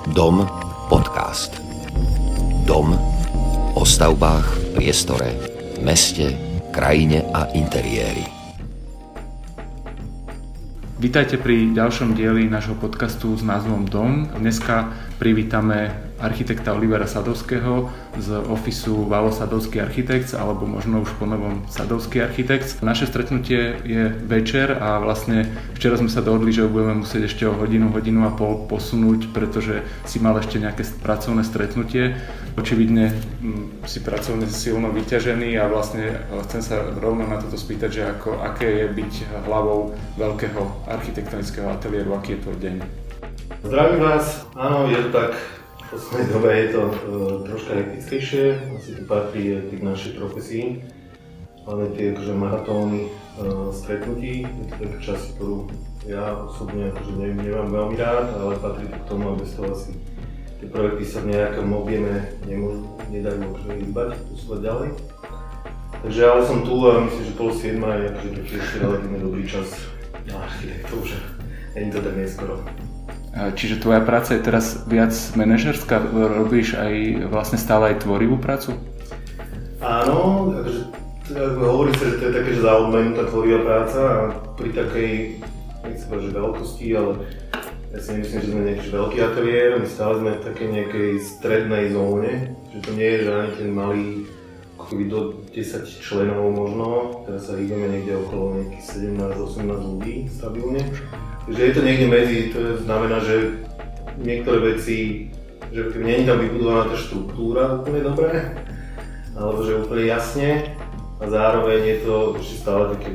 Dom podcast. Dom o stavbách, priestore, meste, krajine a interiéri. Vítajte pri ďalšom dieli nášho podcastu s názvom Dom. Dneska privítame architekta Olivera Sadovského z ofisu Valo Sadovský Architects, alebo možno už ponovom Sadovský Architects. Naše stretnutie je večer a vlastne včera sme sa dohodli, že ho budeme musieť ešte o hodinu a pol posunúť, pretože si mal ešte nejaké pracovné stretnutie. Očividne si pracovne silno vyťažený a vlastne chcem sa rovno na toto spýtať, že aké je byť hlavou veľkého architektonického ateliéru, aký je tvoj deň? Zdravím vás, áno, je to tak. V poslednej dobe je to troška hektickejšie, asi to patrí k našej profesii, hlavne tie maratóny stretnutí, je to taká časť, ktorú ja osobne nemám veľmi rád, ale patrí to k tomu, aby z toho asi tie projekty sa v nejakom objeme nedajú hýbať, posúvať ďalej. Takže ale som tu a myslím, že 6:30 je taký ešte relatívne dobrý čas na architektov, že není to tak neskoro. Čiže tvoja práca je teraz viac manažerská? Robíš aj vlastne stále aj tvorivú prácu? Áno, takže hovorí sa, že to je také, že za odmenu tá tvorivá práca a pri takej, nechcem povedať, že veľkosti, ale ja si nemyslím, že sme nejaký veľký ateliér, my stále sme v takej nejakej strednej zóne, že to nie je, že ani ten malý, akoby do 10 členov možno, teraz sa hýbeme niekde okolo nejakých 17-18 ľudí stabilne. Takže je to niekde medzi, to znamená, že niektoré veci, že nie je tam vybudovaná tá štruktúra úplne dobré, alebo že úplne jasne a zároveň je to ešte stále také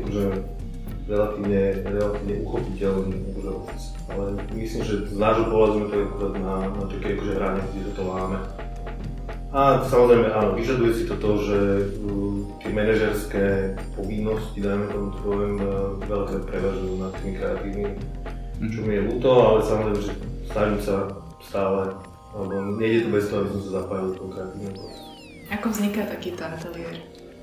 relatívne uchopiteľný office. Ale myslím, že z nášho pohľadu sme to akurát na také hranici, kde to láme. A samozrejme áno, vyžaduje si to, že tie manažerské povinnosti, dajme tomu tvojim, veľakrát prevažujú nad tými kreatívnymi, čo mi je ľúto, ale samozrejme, že snažím sa stále, alebo nejde to bez toho, aby som sa zapájal do toho kreatívneho procesu. Ako vzniká takýto ateliér?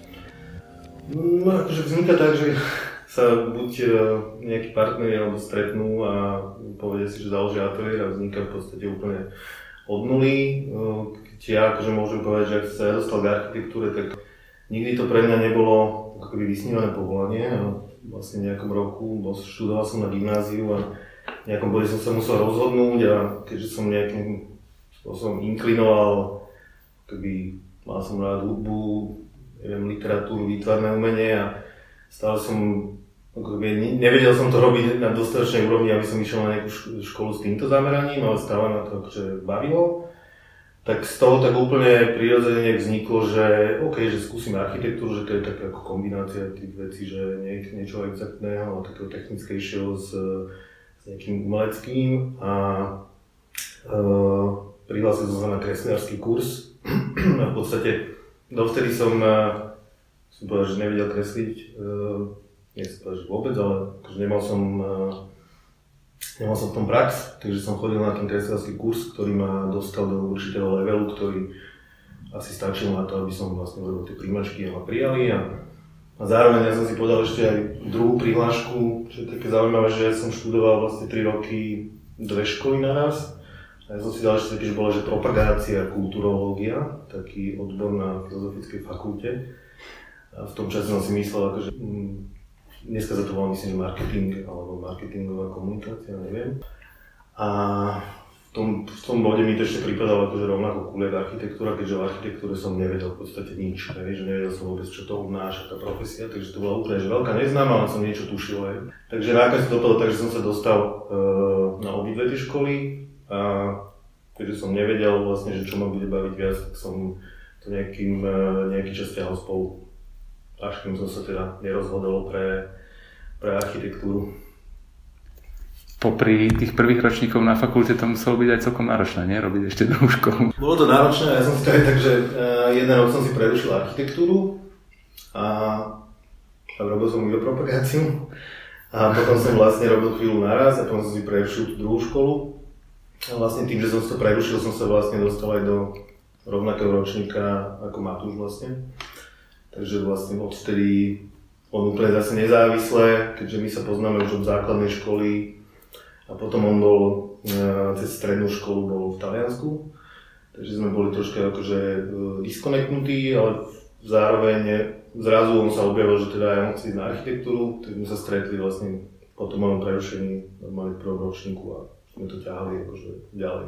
No, akože vzniká tak, že sa buď nejakí partneri alebo stretnú a povedia si, že založia ateliér a vzniká v podstate úplne od nuly. Keď ja môžem povedať, že ak sa ja dostal k architektúre, tak nikdy to pre mňa nebolo akoby vysnívané povolanie. Vlastne v nejakom roku študoval som na gymnáziu a v nejakom bode som sa musel rozhodnúť a keďže som nejakým spôsobom inklinoval, mal som rád hudbu, literatúru, výtvarné umenie a stále som nevedel som to robiť na dostatočnej úrovni, aby som išiel na nejakú školu s týmto zameraním, ale stále ma to bavilo. Tak z toho tak úplne prirodzene vzniklo, že že skúsim architektúru, že to je taká ako kombinácia tých vecí, že niečo exaktného a takého technickejšieho s nejakým umeleckým a prihlásil som sa na kresliarsky kurz a v podstate dovtedy som povedal, že nevedel kresliť, nechcem povedať, že vôbec, ale nemal som v tom prax, takže som chodil na ten kresliarsky kurz, ktorý ma dostal do určitého levelu, ktorý asi stačil na to, aby som vlastne urobil tie príjmačky a ma prijali a zároveň ja som si podal ešte aj druhú prihlášku, čo je také zaujímavé, že ja som študoval vlastne 3 roky 2 školy naraz a ja som si dal ešte také, že bola propagácia kulturológia, taký odbor na filozofickej fakulte a v tom čase som si myslel, dneska sa to volá, myslím, že marketing alebo marketingová komunikácia, neviem. A v tom bode mi to ešte pripadalo rovnako cool ako architektúra, keďže v architektúre som nevedel v podstate nič. Nevedel som vôbec, čo to obnáša tá profesia, takže to bola úplne veľká neznáma, ale som niečo tušil aj. Takže nakoniec to dopadlo tak, že som sa dostal na obidve tie školy a keďže som nevedel vlastne, že čo ma bude baviť viac, tak som to nejaký čas ťahal spolu. Až kým som sa teda nerozhodol pre architektúru. Popri tých prvých ročníkov na fakulte to muselo byť aj celkom náročné, nie? Robiť ešte druhú školu. Bolo to náročné, ja som si to aj tak, že jeden rok som si prerušil architektúru a robil som propagáciu a potom som vlastne robil chvíľu naraz a potom som si prerušil tú druhú školu. A vlastne tým, že som si to prerušil, som sa vlastne dostal aj do rovnakého ročníka ako Matúš vlastne. Takže vlastne odtedy on úplne zase nezávisle, keďže my sa poznáme už od základnej školy a potom on bol cez strednú školu bol v Taliansku. Takže sme boli troška akože disconnectnutí, ale zároveň zrazu on sa objavil, že teda ja musím ísť na architektúru, tak sme sa stretli vlastne po tom mojom prerušení normálne v prvom ročníku a sme to ťahali akože ďalej.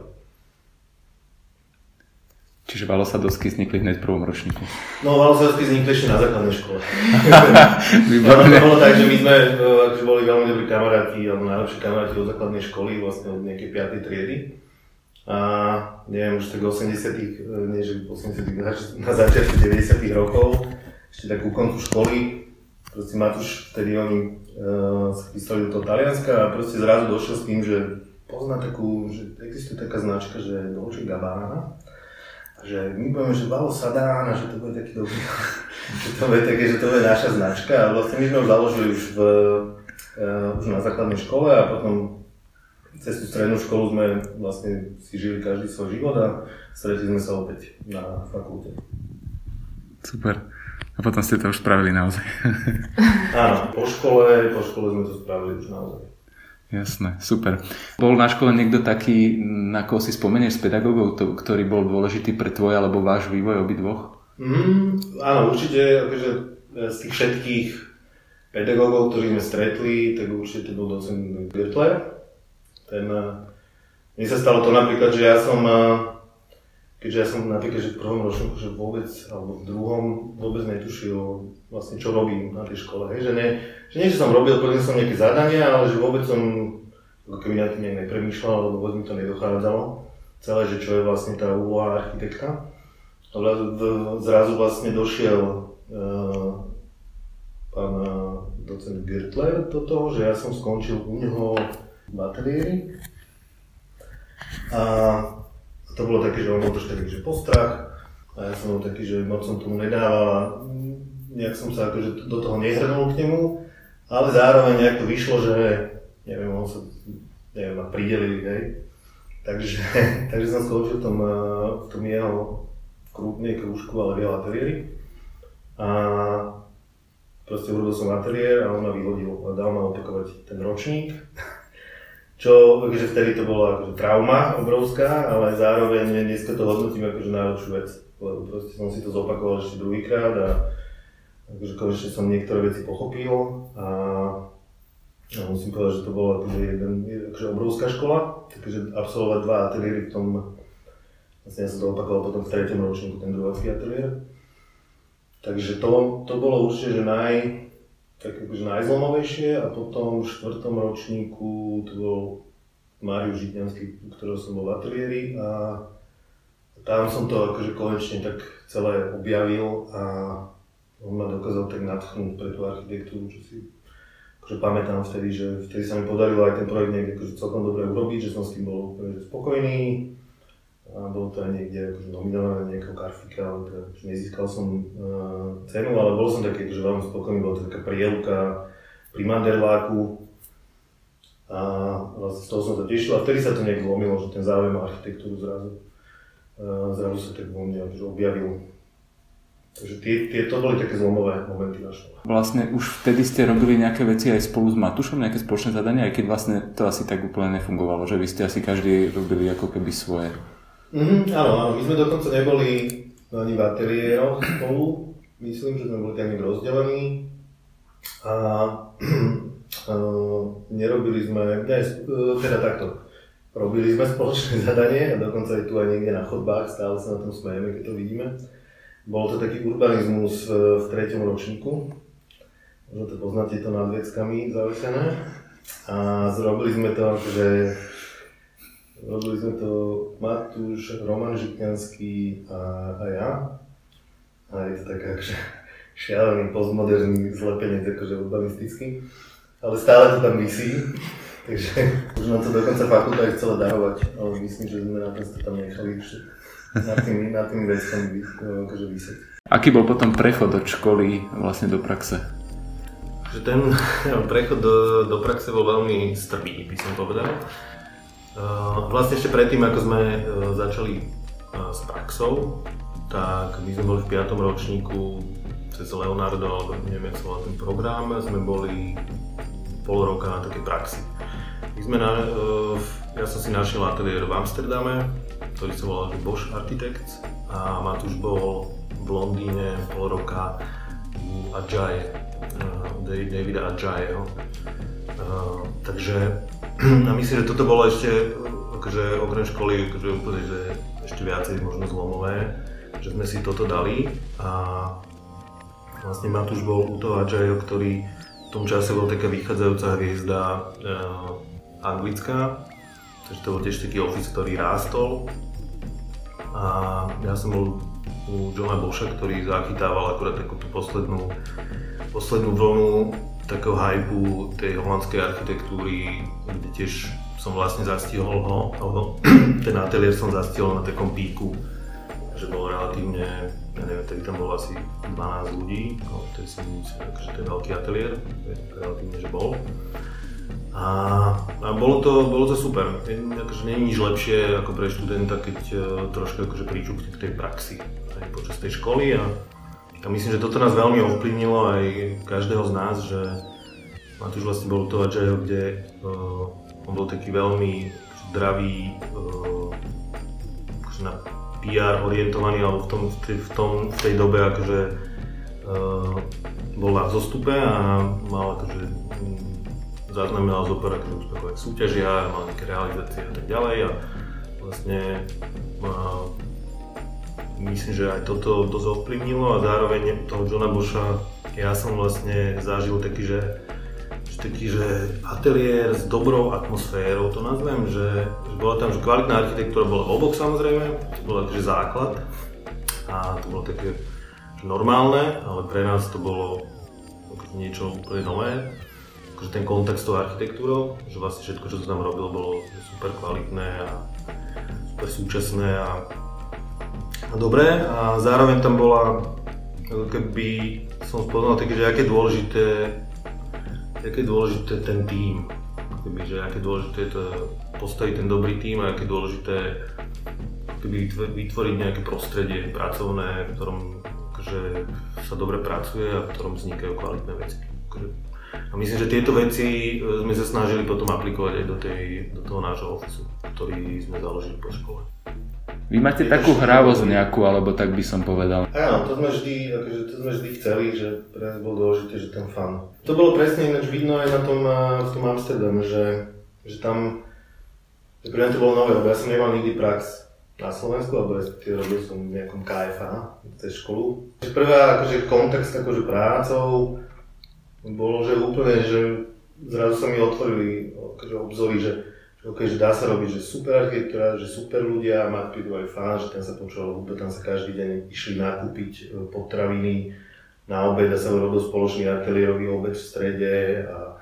Čiže Valo Sadovský vznikli hneď v prvom ročníku? No, Valo Sadovský vznikli ešte na základnej škole. Výborné. To bolo tak, že my sme akože boli veľmi dobrí kamaráti, alebo najlepší kamaráti od základnej školy, vlastne od nejakej 5. triedy. A neviem, už tak 80. nie že 80. na začiatku 90. rokov, ešte tak ku koncu školy, proste Matúš, vtedy oni sa chystali do toho Talianska a proste zrazu došiel s tým, že pozná takú, že existuje taká značka, že Dolce Gabbana, a že my povieme, že Valo Sadán a že to bude taký dobrý, že to bude také, že to bude naša značka a vlastne my sme ho založili už na základnej škole a potom cez tú strednú školu sme vlastne si žili každý svoj život a stretli sme sa opäť na fakulte. Super. A potom ste to už spravili naozaj. Áno, po škole sme to spravili už naozaj. Jasné, super. Bol na škole niekto taký, na koho si spomenieš z pedagógov, ktorý bol dôležitý pre tvoj alebo váš vývoj obidvoch? Áno, určite, akože z tých všetkých pedagógov, ktorých sme stretli, tak určite to bol docent Gertler. Mne sa stalo to napríklad, že keďže ja som napríklad že v prvom ročníku, že vôbec, alebo v druhom vôbec netušil vlastne čo robím na tej škole, hej, že nie, že som robil, plnil som nejaké zadania, ale že vôbec som ako keby na tým nejak nepremýšľal, alebo vôbec mi to nedochádzalo celé, že čo je vlastne tá úloha architekta. A zrazu vlastne došiel pán docent Gertler do toho, že ja som skončil u neho v ateliéri a to bolo také, že on bol trošku taký, že postrach a ja som bol taký, že moc som tomu nedával a nejak som sa akože do toho nehrnul k nemu, ale zároveň nejak to vyšlo, že neviem, on sa ma pridelili, hej. Takže som skončil v tom jeho nie krúžku, ale v jeho ateliéri a proste urobil som ateliér a on ma vyhodil a dal ma opakovať ten ročník. Čo, akože vtedy to bola akože trauma obrovská, ale zároveň dneska to hodnotím akože najlepšiu vec, lebo proste som si to zopakoval ešte druhýkrát a akože konečne som niektoré veci pochopil a musím povedať, že to bola akože obrovská škola, takže absolvovať 2 ateliéry v tom, vlastne ja som to opakoval potom v 3. ročníku, ten druhý ateliér. Takže to bolo určite, že tak akože najzlomovejšie a potom v 4. ročníku to bol Máriuš Žitňanský, u ktorého som bol v ateliéri a tam som to akože konečne tak celé objavil a on ma dokázal tak nadchnúť pre tú architektúru, čo si akože pamätám vtedy, že vtedy sa mi podarilo aj ten projekt niekde akože celkom dobre urobiť, že som s tým bol úplne spokojný. A bolo to aj niekde akože nominované nejakého Karfika, ale teda nezískal som cenu, ale bol som taký akože veľmi spokojný, bola to taká prielka pri Manderláku a vlastne z toho som sa tešil a vtedy sa to nejak zlomilo, že ten záujem o architektúru zrazu sa tak vo mne akože objavil. Takže to boli také zlomové momenty na škole. Vlastne už vtedy ste robili nejaké veci aj spolu s Matúšom, nejaké spoločné zadania, aj keď vlastne to asi tak úplne nefungovalo, že vy ste asi každý robili ako keby svoje. Áno, my sme dokonca neboli ani v ateliéroch spolu, myslím, že sme boli tak rozdelení a nerobili sme, teda takto, robili sme spoločné zadanie a dokonca aj tu aj niekde na chodbách, stále sa na tom smejeme, keď to vidíme. Bol to taký urbanizmus v 3. ročníku, možno to poznáte to nad veckami zavesené a robili sme to Matúš, Roman Žitňanský a ja. A je to taká akože šialený postmoderný zlepenec, akože urbanistický. Ale stále to tam visí, takže už nám to dokonca fakulta aj chcela darovať, ale myslím, že sme na to tam nechali nad tými vecami akože vysieť. Aký bol potom prechod od školy vlastne do praxe? Ten prechod do praxe bol veľmi strmý, by som povedal. Vlastne ešte predtým, ako sme začali s praxou, tak my sme boli v 5. ročníku cez Leonardo, neviem, jak sa volá ten program, sme boli pol roka na takej praxi. Ja som si našiel ateliér v Amsterdame, ktorý sa volal Bosch Architects a Matúš bol v Londýne pol roka u Adjaye, Davida Adjayeho. Takže a myslím, že toto bolo ešte akože okrem školy akože úplne, že ešte viacej možno zlomové, že sme si toto dali a vlastne Matúš bol u toho Adjayeho, ktorý v tom čase bol taká vychádzajúca hviezda anglická, takže to bol tiež taký office, ktorý rástol a ja som bol u Johna Boscha, ktorý zachytával akurát takú tú poslednú vlnu takého hypu tej holandskej architektúry, kde tiež som vlastne zastihol ho, alebo ten ateliér som zastihol na takom píku, že bol relatívne, ja neviem, tedy tam bolo asi 12 ľudí, no vtedy som myslel, že to je veľký ateliér, relatívne, že bol. A bolo to super, akože nie je nič lepšie ako pre študenta, keď trošku akože pričúkne k tej praxi aj počas tej školy a myslím, že toto nás veľmi ovplyvnilo aj každého z nás, že Matúš vlastne bol u toho Adjayeho, kde on bol taký veľmi dravý, akože na PR orientovaný, alebo v tej dobe akože bol na vzostupe a mal akože zaznamenal zo pár akože úspechové súťažia, mal nejaké realizácie a tak ďalej a vlastne myslím, že aj toto dosť ovplyvnilo a zároveň toho Johna Boscha ja som vlastne zažil taký, že ateliér s dobrou atmosférou, to nazvem, že bola tam že kvalitná architektúra, bola v oboch samozrejme, to bol akože základ a to bolo také že normálne, ale pre nás to bolo niečo úplne nové, akože ten kontakt s tou architektúrou, že vlastne všetko, čo sa tam robilo, bolo super kvalitné a super súčasné a dobré a zároveň tam bola, keby som spoznal také, že aké je dôležité ten tím, že aké je dôležité je to postaviť ten dobrý tím a aké je dôležité vytvoriť nejaké prostredie pracovné, v ktorom akože, sa dobre pracuje a v ktorom vznikajú kvalitné veci. A myslím, že tieto veci sme sa snažili potom aplikovať aj do toho nášho ofisu, ktorý sme založili po škole. Vy máte takú hravosť nejakú, alebo tak by som povedal. Áno, to sme vždy chceli, že pre nás bol dôležité, že ten fun. To bolo presne ináč vidno aj v tom Amsterdame, že tam, pre mňa to bolo nové, lebo ja som nemal nikdy prax na Slovensku, alebo robil som v nejakom KFA, cez školu. Prvá akože kontakt s takou prácou bolo, že úplne, že zrazu sa mi otvorili akože obzory, že dá sa robiť, že super architektúra, že super ľudia, mať prídu aj fán, že tam sa počúvalo hudba, tam sa každý deň išli nakúpiť potraviny na obed a sa robil spoločný ateliérový obed v strede a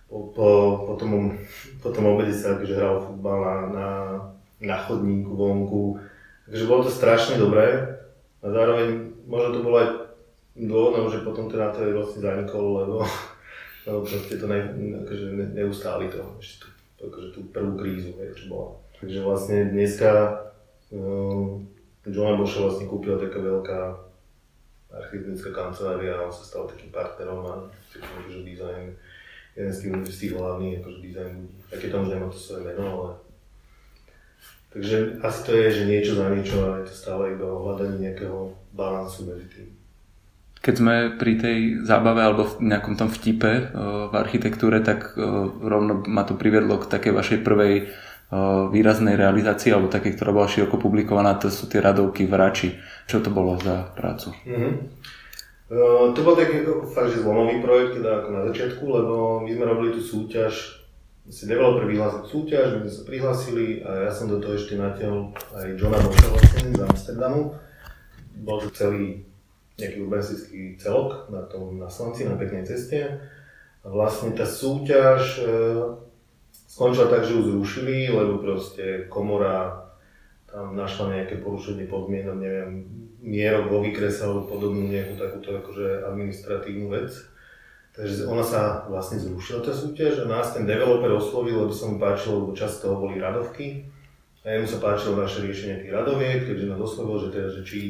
potom obede sa akože hral futbal na chodníku vonku, takže bolo to strašne dobré a zároveň možno to bolo aj dôvodom, že potom ten ateliér vlastne zanikol, lebo proste to akože neustáli to ešte akože tú prvú krízu, čo bola. Takže vlastne dneska Johna Boscha vlastne kúpila taká veľká architektonická kancelária a on sa stal takým partnerom a akože dizajn, jeden z tých hlavných akože dizajn ľudí. Také tam už nemá to svoje meno, ale takže asi to je, že niečo za niečo a je to stále iba o hľadaní nejakého balansu medzi tým. Keď sme pri tej zábave alebo v nejakom tom vtipe v architektúre, tak rovno ma to priviedlo k takej vašej prvej výraznej realizácii, alebo takej, ktorá bola široko publikovaná, to sú tie radovky v Rači. Čo to bolo za prácu? To bol taký fakt, že zlomový projekt, teda ako na začiatku, lebo my sme robili tú súťaž, developer vyhlásil súťaž, my sme sa prihlásili a ja som do toho ešte natiahol aj Johna Boscha vlastne z Amsterdamu. Bol to celý nejaký urbanistický celok na Slanci, na peknej ceste. A vlastne tá súťaž skončila tak, že ju zrušili, lebo proste komora tam našla nejaké porušenie podmienok, neviem, mierok vo výkrese alebo podobnú nejakú takúto akože administratívnu vec. Takže ona sa vlastne zrušila tá súťaž a nás ten developer oslovil, lebo sa mu páčilo, lebo často toho boli radovky. A jemu sa páčilo naše riešenie tých radoviek, keďže nás oslovil, že či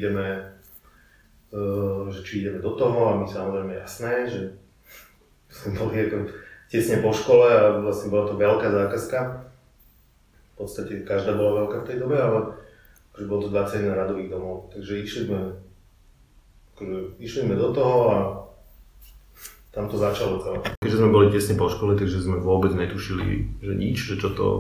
ideme do toho a my samozrejme jasné, že sme boli ako tesne po škole a vlastne bola to veľká zákazka. V podstate každá bola veľká v tej dobe, ale akože bolo to 21 radových domov, takže išli sme do toho a tam to začalo celé. Keďže sme boli tesne po škole, takže sme vôbec netušili, že nič, že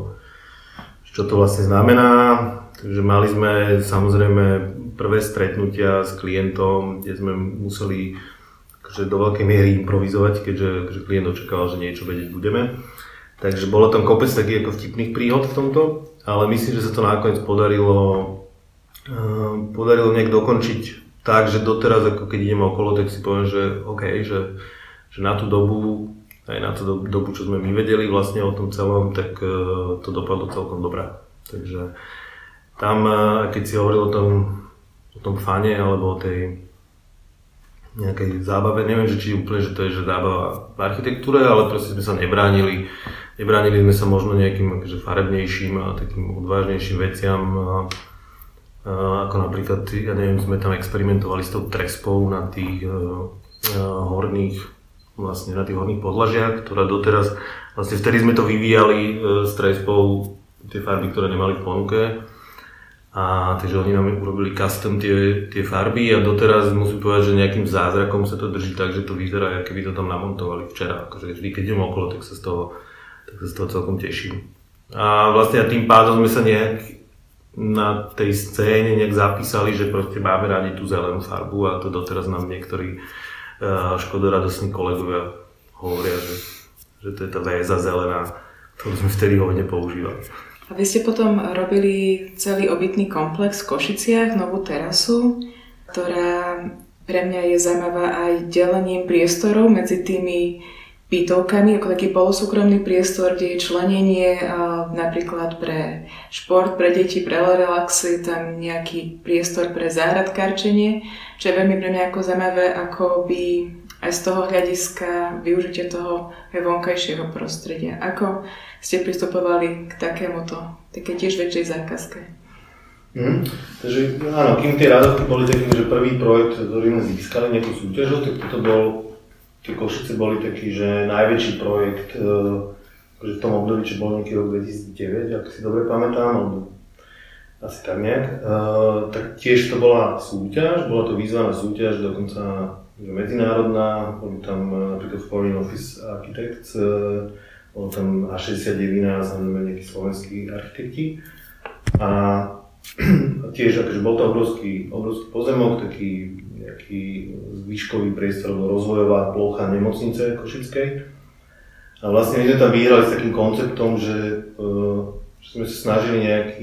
čo to vlastne znamená. Takže mali sme samozrejme prvé stretnutia s klientom, kde sme museli do veľkej miery improvizovať, keďže klient očakával, že niečo vedieť budeme. Takže bolo tam kopec takých ako vtipných príhod v tomto, ale myslím, že sa to nakoniec podarilo nejak dokončiť tak, že doteraz, ako keď ideme okolo, tak si poviem, že OK, že na tú dobu, aj na tú dobu, čo sme my vedeli vlastne o tom celom, tak to dopadlo celkom dobré. Takže tam, keď si hovoril o tom fane alebo o tej nejakej zábave, neviem, či úplne, že to je že zábava v architektúre, ale proste sme sa nebránili sme sa možno nejakým akože farebnejším a takým odvážnejším veciam, ako napríklad, ja neviem, sme tam experimentovali s tou trespou na tých horných podlažiach, ktorá doteraz, vlastne vtedy sme to vyvíjali s trespou, tie farby, ktoré nemali v ponuke. A takže oni nám urobili custom tie farby a doteraz musím povedať, že nejakým zázrakom sa to drží tak, že to vyzerá, ako keby to tam namontovali včera. Akože vždy, keď idem okolo, tak sa z toho celkom teším. A vlastne tým pádom sme sa nejak na tej scéne nejak zapísali, že proste máme radi tú zelenú farbu a to doteraz nám niektorí škodoradosní kolegovia hovoria, že to je tá väza zelená, ktorú sme vtedy hodne používali. A vy ste potom robili celý obytný komplex v Košiciach, novú terasu, ktorá pre mňa je zaujímavá aj delením priestorov medzi tými bytovkami, ako taký polosúkromný priestor, kde je členenie napríklad pre šport, pre deti, pre relaxy, tam nejaký priestor pre záhradkárčenie, čo je veľmi pre mňa ako zaujímavé, ako by aj z toho hľadiska využitie toho vonkajšieho prostredia. Ako ste pristupovali k také tiež väčšej zákazke? Takže áno, kým tie radovky boli takým, že prvý projekt, ktorý sme získali nejakú súťažu, tak tie Košice boli taký, že najväčší projekt v tom období, čo bol nejaký rok 2009, ak si dobre pamätám, alebo asi tak nejak. Tak tiež to bola súťaž, bola to výzva na súťaž, dokonca medzinárodná, boli tam napríklad Foreign Office Architects, bolo tam A69 a nejakí slovenskí architekti. A tiež akože bol to obrovský pozemok, taký nejaký výškový priestor, rozvojová plocha nemocnice Košickej. A vlastne my sme tam vyhrali s takým konceptom, že sme sa snažili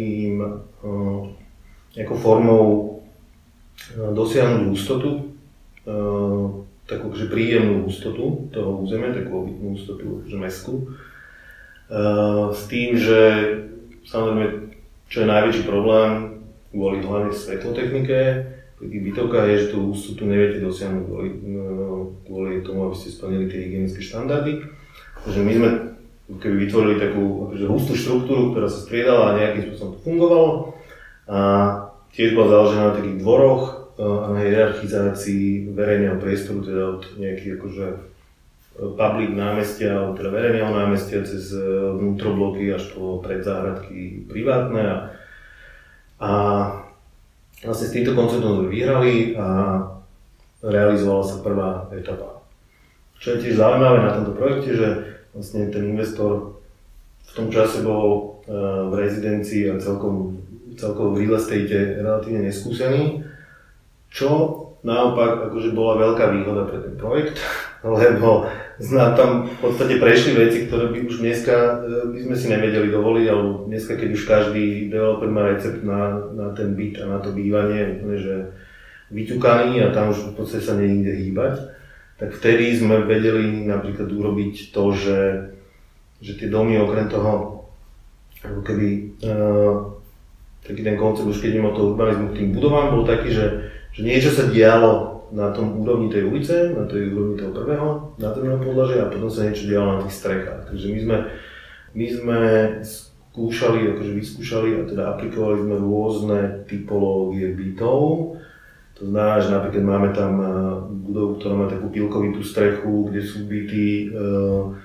nejakou formou dosiahnuť hustotu, takú akože príjemnú hustotu toho územia, takú obytnú hustotu, akože mestskú. S tým, že samozrejme, čo je najväčší problém kvôli hlavne svetlotechnike, pri tých bytovkách je, že tú hustotu neviete dosiahnuť kvôli tomu, aby ste splnili tie hygienické štandardy. Takže my sme keby vytvorili takú akože hustú štruktúru, ktorá sa striedala a nejakým spôsobom to fungovalo. A tiež bola založená na takých dvoroch a na hierarchizácii verejného priestoru, teda od nejakých akože public námestia, alebo teda verejného námestia cez vnútrobloky až po predzáhradky privátne. A vlastne s týmto konceptom sme vyhrali a realizovala sa prvá etapa. Čo je tiež zaujímavé na tomto projekte, že vlastne ten investor v tom čase bol v rezidencii a celkovo v real estate relatívne neskúsený, čo naopak akože bola veľká výhoda pre ten projekt, lebo tam v podstate prešli veci, ktoré by už dneska by sme si nevedeli dovoliť, alebo dneska, keď už každý developer má recept na ten byt a na to bývanie, úplne že vyťukaný a tam už v podstate sa niekde hýbať, tak vtedy sme vedeli napríklad urobiť to, že tie domy okrem toho, ako keby taký ten koncept už keď mimo toho urbanizmu k tým budovám bol taký, že niečo sa dialo na tom úrovni tej ulice, na tej úrovni toho prvého nádherného podlažia a potom sa niečo dialo na tých strechách. Takže my sme vyskúšali a teda aplikovali sme rôzne typológie bytov. To znamená, že napríklad máme tam budovu, ktorá má takú pilkovitú strechu, kde sú byty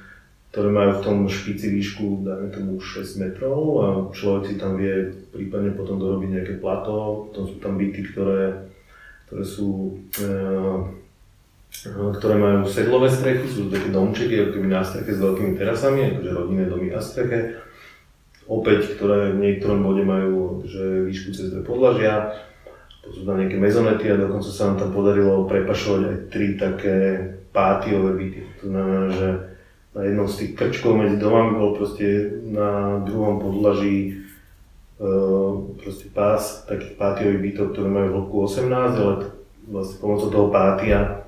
ktoré majú v tom špici výšku, dajme tomu 6 metrov a človek si tam vie prípadne potom dorobiť nejaké plato. Potom sú tam byty, ktoré majú sedlové strechy, sú to také domčeky, ako keby na streche s veľkými terasami, akože rodinné domy na streche. Opäť, ktoré v niektorom bode majú výšku cez 2 podlažia. Potom sú tam nejaké mezonety a dokonca sa nám tam podarilo prepašovať aj 3 také pátiové byty. To znamená, že na jednom z tých krčkov medzi domami bol proste na druhom podlaží proste pás takých pátiových bytov, ktoré majú hĺbku 18, ale vlastne pomocou toho pátia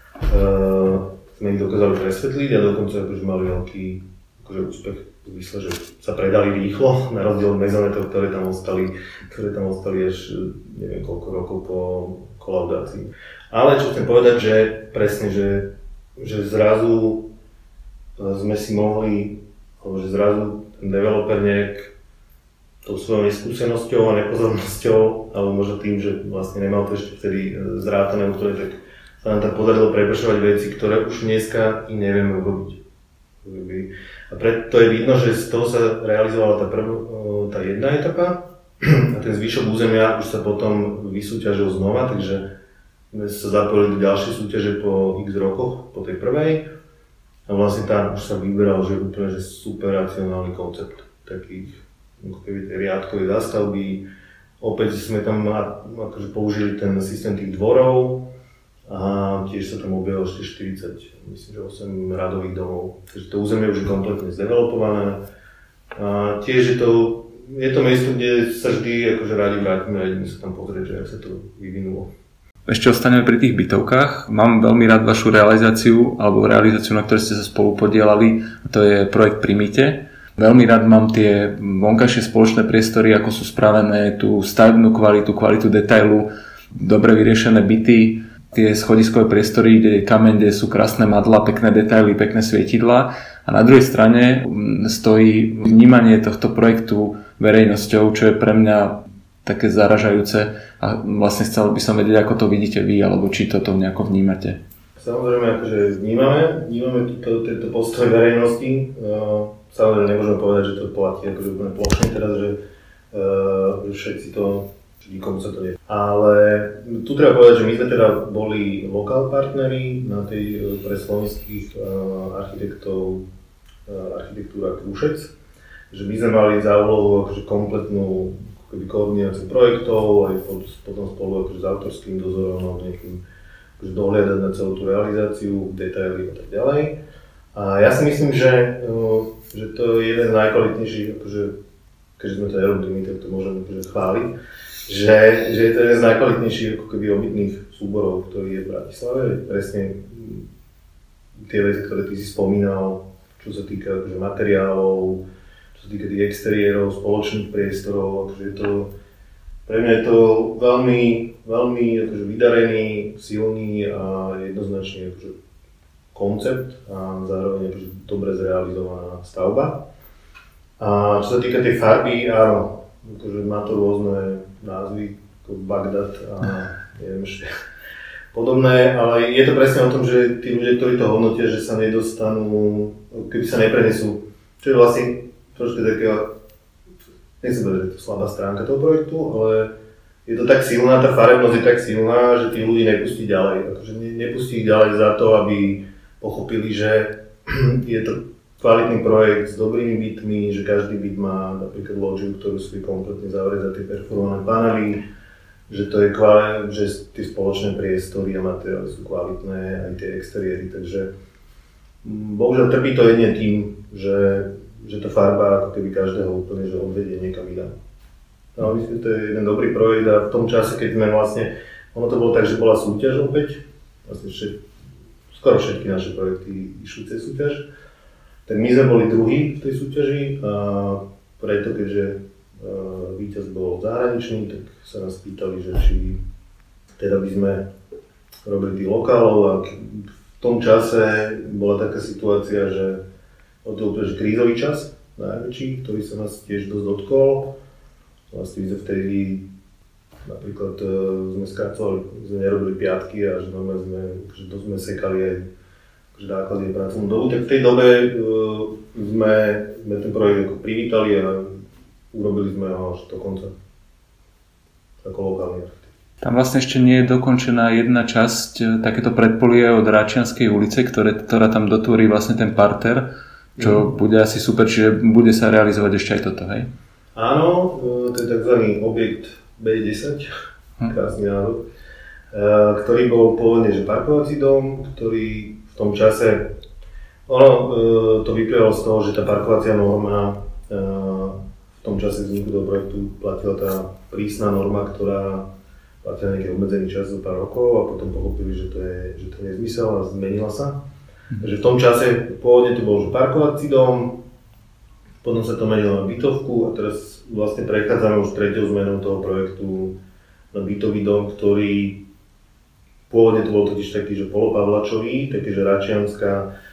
sme ich dokázali presvetliť a dokonca akože mali veľký úspech v zmysle, že sa predali rýchlo, na rozdiel od mezonetov, ktoré tam ostali až neviem koľko rokov po kolaudácii. Ale čo chcem povedať, že presne, že zrazu sme si mohli, alebo že zrazu ten developer nejak tou svojou neskúsenosťou a nepozornosťou, alebo možno tým, že vlastne nemal to ešte vtedy zrátané úplne, tak sa nám tam podarilo prepašovať veci, ktoré už dneska i nevieme urobiť. A preto je vidno, že z toho sa realizovala tá jedna etapa a ten zvyšok územia už sa potom vysúťažil znova, takže sme sa zapojili do ďalšej súťaže po x rokoch, po tej prvej. A vlastne tam už sa vyberal, že úplne že super racionálny koncept takých riadkovej zástavby. Opäť sme tam akože použili ten systém tých dvorov a tiež sa tam objavilo ešte 40, myslím, že 8 radových domov. Takže to územie už je kompletne zdevelopované. A tiež je to miesto, kde sa vždy akože rádi vrátime a ideme sa tam pozrieť, že ako sa to vyvinulo. Ešte ostaneme pri tých bytovkách. Mám veľmi rád vašu realizáciu, na ktorej ste sa spolu podielali, a to je projekt Primite. Veľmi rád mám tie vonkajšie spoločné priestory, ako sú spravené, tú stavebnú kvalitu detailu, dobre vyriešené byty, tie schodiskové priestory, kde je kameň, kde sú krásne madlá, pekné detaily, pekné svietidlá. A na druhej strane stojí vnímanie tohto projektu verejnosťou, čo je pre mňa také zaražajúce a vlastne chcel by som vedieť, ako to vidíte vy, alebo či toto nejako vnímate. Samozrejme, akože vnímame tento postoj verejnosti. Samozrejme nemôžeme povedať, že to platí akože úplne plošne teraz, že všetci to, nikomu sa to nie. Ale tu treba povedať, že my sme teda boli lokál partneri na tej pre slovenských architektov architektúra Krušec, že my sme mali za úlohu akože kompletnú koordináciu projektov, aj potom spolu akože s autorským dozorom alebo nejakým akože dohľadať na celú tú realizáciu, detaily a tak ďalej. A ja si myslím, že to je jeden z najkvalitnejších, akože, keďže sme to nerobili my, tak to môžeme akože chváliť, že je to jeden z najkvalitnejších ako keby obytných súborov, ktorý je v Bratislave. Presne tie veci, ktoré ty si spomínal, čo sa týka akože materiálov, čo sa týka tých exteriérov, spoločných priestorov, akože pre mňa je to veľmi, veľmi akože vydarený, silný a jednoznačný akože koncept a zároveň akože dobre zrealizovaná stavba. A čo sa týka tej farby, áno, akože má to rôzne názvy, ako Bagdad a neviem ešte podobné, ale je to presne o tom, že tí ľudia, ktorí to hodnotia, že sa nedostanú, keby sa neprenesú, čo je vlastne trošku taká, nechcem povedať, že to je slabá stránka toho projektu, ale je to tak silná, tá farebnosť je tak silná, že tí ľudí nepustí ďalej. Akože nepustí ich ďalej za to, aby pochopili, že je to kvalitný projekt s dobrými bytmi, že každý byt má napríklad lóžiu, ktorú sú kompletne zavrieť za tie perforované panely, že to je že tie spoločné priestory a materiály sú kvalitné, aj tie exteriéry, takže bohužiaľ trpí to jedine tým, že tá farba ako keby každého úplne že odvedie niekam inám. No, myslím, že to je jeden dobrý projekt a v tom čase, keď sme vlastne, ono to bolo tak, že bola súťaž opäť, vlastne skoro všetky naše projekty išli cez súťaž, tak my sme boli druhí v tej súťaži a preto, keďže víťaz bol zahraničný, tak sa nás pýtali, že či teda by sme robili tých lokálov a v tom čase bola taká situácia, že to je úplne krízový čas najväčší, ktorý sa nás tiež dosť dotkol. Vlastne my sme vtedy napríklad sme skracovali, sme nerobili piatky a že dosť sme sekali aj náklady na pracovnú dobu, tak v tej dobe sme ten projekt ako privítali a urobili sme ho až do konca ako lokálny architekt. Tam vlastne ešte nie je dokončená jedna časť, takéto predpolie od Ráčianskej ulice, ktorá tam dotvorí vlastne ten parter, čo bude asi super, čiže bude sa realizovať ešte aj toto, hej? Áno, to je tzv. Objekt B10, krásny názov, ktorý bol pôvodne že parkovací dom, ktorý v tom čase, to vyplývalo z toho, že tá parkovacia norma v tom čase vzniku toho projektu platila tá prísna norma, ktorá platila nejaký obmedzený čas za pár rokov a potom pochopili, že to je nezmysel a zmenila sa. Takže v tom čase pôvodne to bol že parkovací dom, potom sa to menilo na bytovku a teraz vlastne prechádzame už tretiou zmenou toho projektu na bytový dom, ktorý pôvodne to bol totiž taký, že polopavlačový, taký, že Račianska,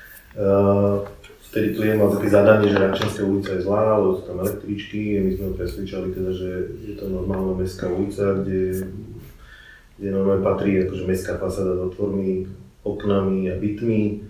vtedy klient mal také zadanie, že Račianska ulica je zlá, lebo sú tam električky a my sme ho presvedčali teda, že je to normálna mestská ulica, kde normálne patrí akože mestská fasáda s otvormi, oknami a bytmi.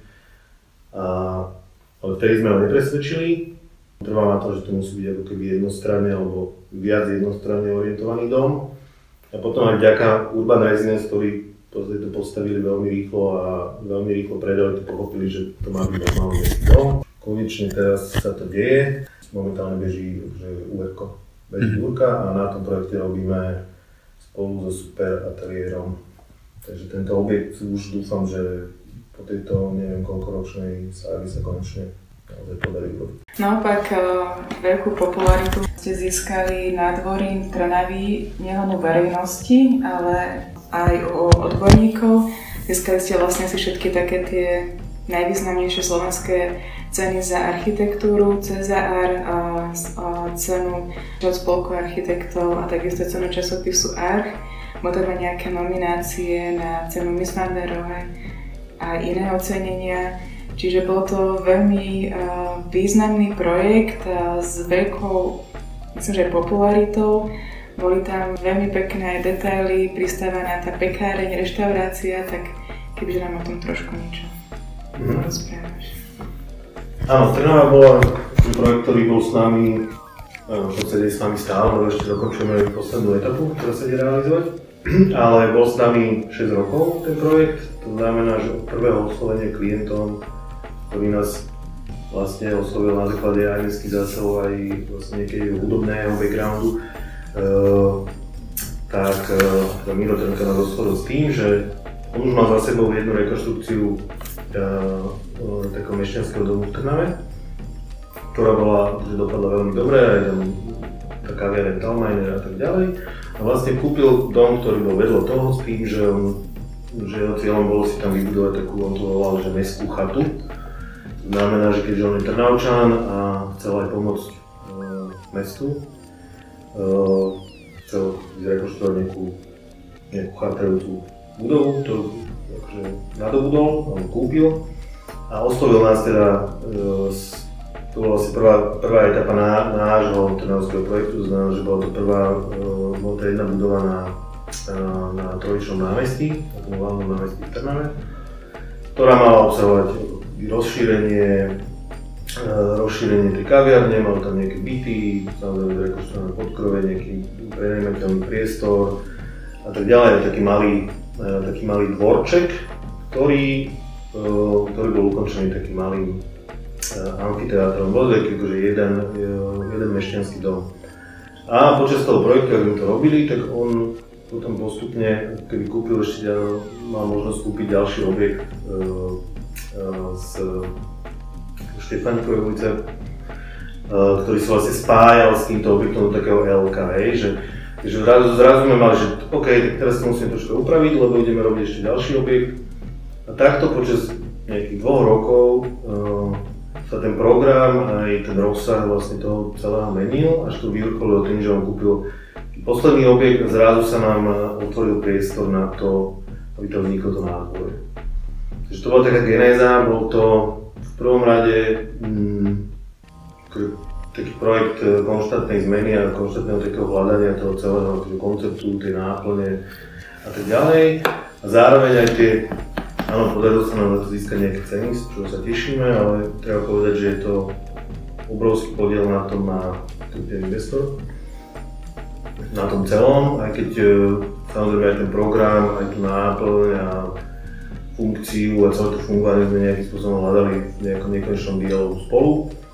Ale vtedy sme ho nepresvedčili. Trvá na to, že to musí byť ako keby jednostranne alebo viac jednostranne orientovaný dom. A potom aj vďaka Urban Residence, ktorí to postavili veľmi rýchlo a veľmi rýchlo predali, to pochopili, že to má byť normálny mestský dom. Konečne teraz sa to deje. Momentálne beží URka a na tom projekte robíme spolu so super ateliérom. Takže tento objekt už dúfam, že po tejto neviem koľkoročnej ságe sa konečne naozaj podarí urobiť. Naopak veľkú popularitu ste získali na dvorí Trnavy nielen u verejnosti, ale aj u odborníkov. Získali ste vlastne si všetky také tie najvýznamnejšie slovenské ceny za architektúru, Cezar, cenu od spolku architektov a takisto cenu časopisu Arch. Boli tam nejaké nominácie na cenu Miss van der Rohe a iné ocenenia. Čiže bol to veľmi významný projekt s veľkou, myslím, že popularitou. Boli tam veľmi pekné detaily, pristávaná tá pekáreň, reštaurácia, tak kebyže nám o tom trošku niečo rozprávaš. Áno, Trnava bola projekt, ktorý bol s nami, v podstate s nami stále, lebo ešte dokončujeme poslednú etapu, ktorá sa ide realizovať. Ale bol s nami 6 rokov ten projekt, to znamená, že od prvého oslovenia klientom, ktorý nás vlastne oslovil na základe aj mestských zásahov, aj vlastne niekedy hudobného backgroundu, tak Miro Trnka nás oslovil s tým, že on už mal za sebou jednu rekonštrukciu takého mešťanského domu v Trnave, ktorá dopadla veľmi dobre, aj tam tá kaviareň Talmajner a tak ďalej. A vlastne kúpil dom, ktorý bol vedľa toho s tým, že jeho cieľom bolo si tam vybudovať takú, on to volal, že mestskú chatu. To znamená, že keďže on je Trnavčan a chcel aj pomôcť mestu, chcel zrekonštruovať nejakú chátrajúcu budovu, ktorú akože nadobudol, on kúpil a oslovil nás teda, to bola asi prvá etapa nášho trnavského projektu, to znamená, že bola to bola to jedna budova na Trojičnom námestí, na tom hlavnom námestí v Trnave, ktorá mala obsahovať rozšírenie tej kaviarne, malo tam nejaké byty, samozrejme rekonštruované podkrove, nejaký prenajímateľný priestor a tak ďalej, taký malý dvorček, ktorý bol ukončený takým malým amfiteátrom. Bol to akože jeden mešťanský dom. A počas toho projektu, ak sme to robili, tak on potom postupne, keby kúpil ešte, mal možnosť kúpiť ďalší objekt z Štefánikovej ulice, ktorý sa vlastne spájal s týmto objektom do takého LK, že zrazu sme mali, že OK, tak teraz to musíme trošku upraviť, lebo ideme robiť ešte ďalší objekt. A takto počas nejakých 2 rokov sa ten program aj ten rozsah vlastne toho celého menil, až to vyvrcholilo tým, že on kúpil posledný objekt a zrazu sa nám otvoril priestor na to, aby to vzniklo to nádvorie. Takže to bola taká genéza, bol to v prvom rade taký projekt konštantnej zmeny a konštantného takého hľadania toho celého konceptu, tej náplne a tak ďalej. A zároveň aj tie áno, podarilo sa nám získať nejaké ceny, z čoho sa tešíme, ale treba povedať, že je to obrovský podiel na tom má ten investor. Na tom celom, aj keď samozrejme aj ten program, aj tú náplň a funkciu a celé to fungovanie sme nejakým spôsobom hľadali v nejakom nekonečnom dialogu spolu.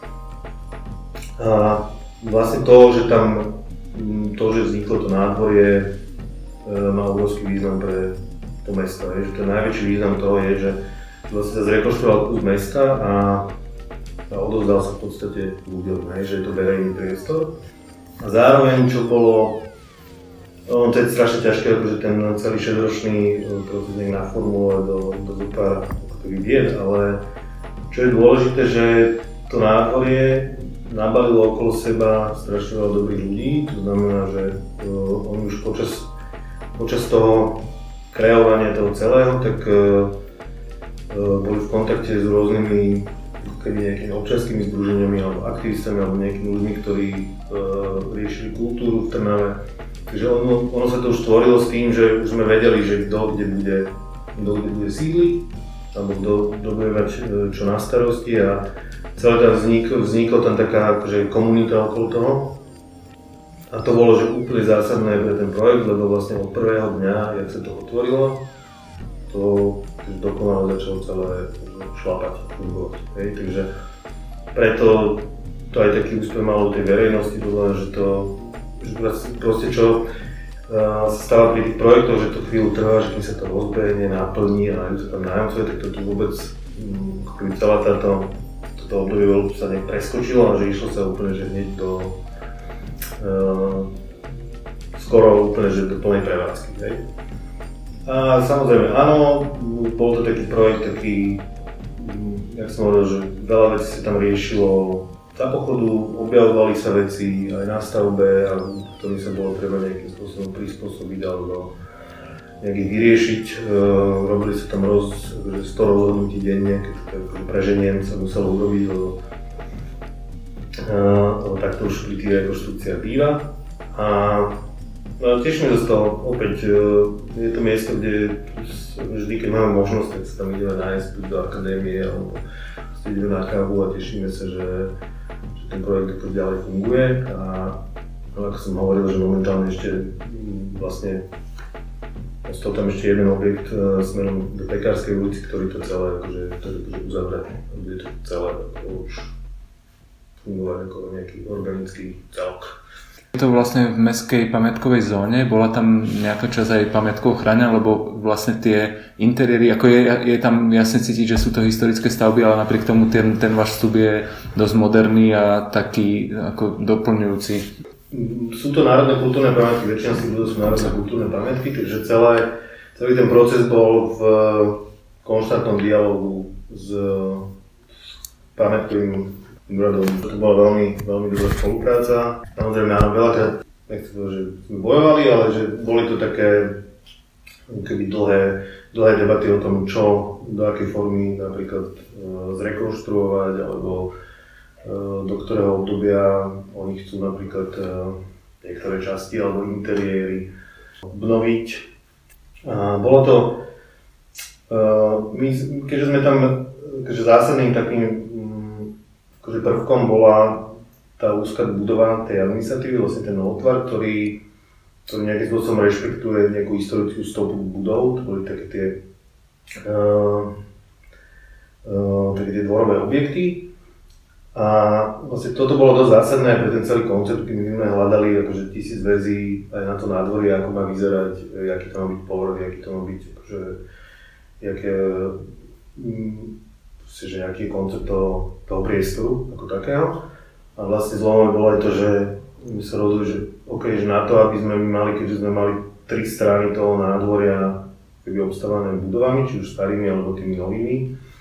A vlastne to, že vzniklo to nádvorie, má obrovský význam pre to mesto. Že ten najväčší význam toho je, že vlastne sa zrekonštruoval kus mesta a odovzdal sa v podstate ľuďom, že je to verejný priestor. A zároveň, čo bolo, to je strašne ťažké, akože ten celý 6-ročný proces nejak naformulovať do pár vied, ale čo je dôležité, že to nádvorie nabalilo okolo seba strašne veľa dobrých ľudí, to znamená, že oni už počas toho kreovania toho celého, tak boli v kontakte s rôznymi nejakými občianskými združeniami alebo aktivistami alebo nejakými ľuďmi, ktorí riešili kultúru v Trnave. Takže ono sa to už tvorilo s tým, že už sme vedeli, že kto kde bude sídliť alebo kto bude mať čo na starosti a celé tam vzniklo tam taká akože komunita okolo toho. A to bolo že úplne zásadné pre ten projekt, lebo vlastne od prvého dňa, jak sa to otvorilo, to dokonale začalo celé šlapať, fungovať. Takže preto to aj taký úspech malo tej verejnosti, že proste čo sa stáva pri tých projektoch, že to chvíľu trvá, že keď sa to rozbehne, naplní a nájdu sa tam nájomcovia, tak to vôbec keby celá toto obdobie sa nejak preskočilo a že išlo sa úplne že hneď do skoro úplne že do plnej prevádzky. Hej. A samozrejme áno, bol to taký projekt, jak som hovoril, že veľa vecí sa tam riešilo za pochodu, objavovali sa veci aj na stavbe, ktorým sa bolo treba nejakým spôsobom prispôsobiť alebo nejakých vyriešiť. Robili sa tam 100 rozhodnutí denne, keď to preženiem sa muselo urobiť, lebo takto už pri tých rekonštrukciách býva. A tešíme sa z toho, opäť je to miesto, kde vždy, keď máme možnosť, tak sa tam ideme nájsť do akadémie alebo ideme na kávu a tešíme sa, že ten projekt to ďalej funguje. A ako som hovoril, že momentálne ešte vlastne ostal tam ešte jeden objekt smerom do Pekárskej ulici, ktorý to celé akože uzavretý. Bude to celé už fungovať ako nejaký organický celok. Je to vlastne v mestskej pamiatkovej zóne, bola tam nejaká časť aj pamiatkov chránená, lebo vlastne tie interiéry, ako je tam jasne cítiť, že sú to historické stavby, ale napriek tomu ten váš vstup je dosť moderný a taký ako doplňujúci. Sú to národné kultúrne pamiatky, väčšina z tých budov sú národné kultúrne pamiatky, takže celý ten proces bol v konštantnom dialogu s pamiatkovým úradom. To bola veľmi, veľmi dobrá spolupráca. Samozrejme, áno, veľakrát, nechcem povedať, že sme bojovali, ale že boli to také keby dlhé debaty o tom, čo, do akej formy napríklad zrekonštruovať, alebo do ktorého obdobia oni chcú napríklad niektoré časti alebo interiéry obnoviť. Bolo to, my, keďže sme tam, keďže zásadným takým akože prvkom bola tá úzka budova tej administratívy, vlastne ten otvar, ktorý nejakým spôsobom rešpektuje nejakú historickú stopu budov. To boli také tie dvorové objekty. A vlastne toto bolo dosť zásadné pre ten celý koncept, keď my sme hľadali akože 1000 verzí aj na to nádvorie, ako má vyzerať, aký to má byť povrch, aký to má byť, akože, aký je koncept toho priestoru ako takého. A vlastne zlomové bolo aj to, že my sa rozhodli, že že na to, aby sme mali, keďže sme mali 3 strany toho nádvoria obstavané budovami, či už starými alebo tými novými,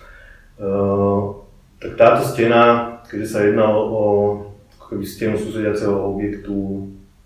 tak táto stena, keďže sa jedná o stenu susediaceho objektu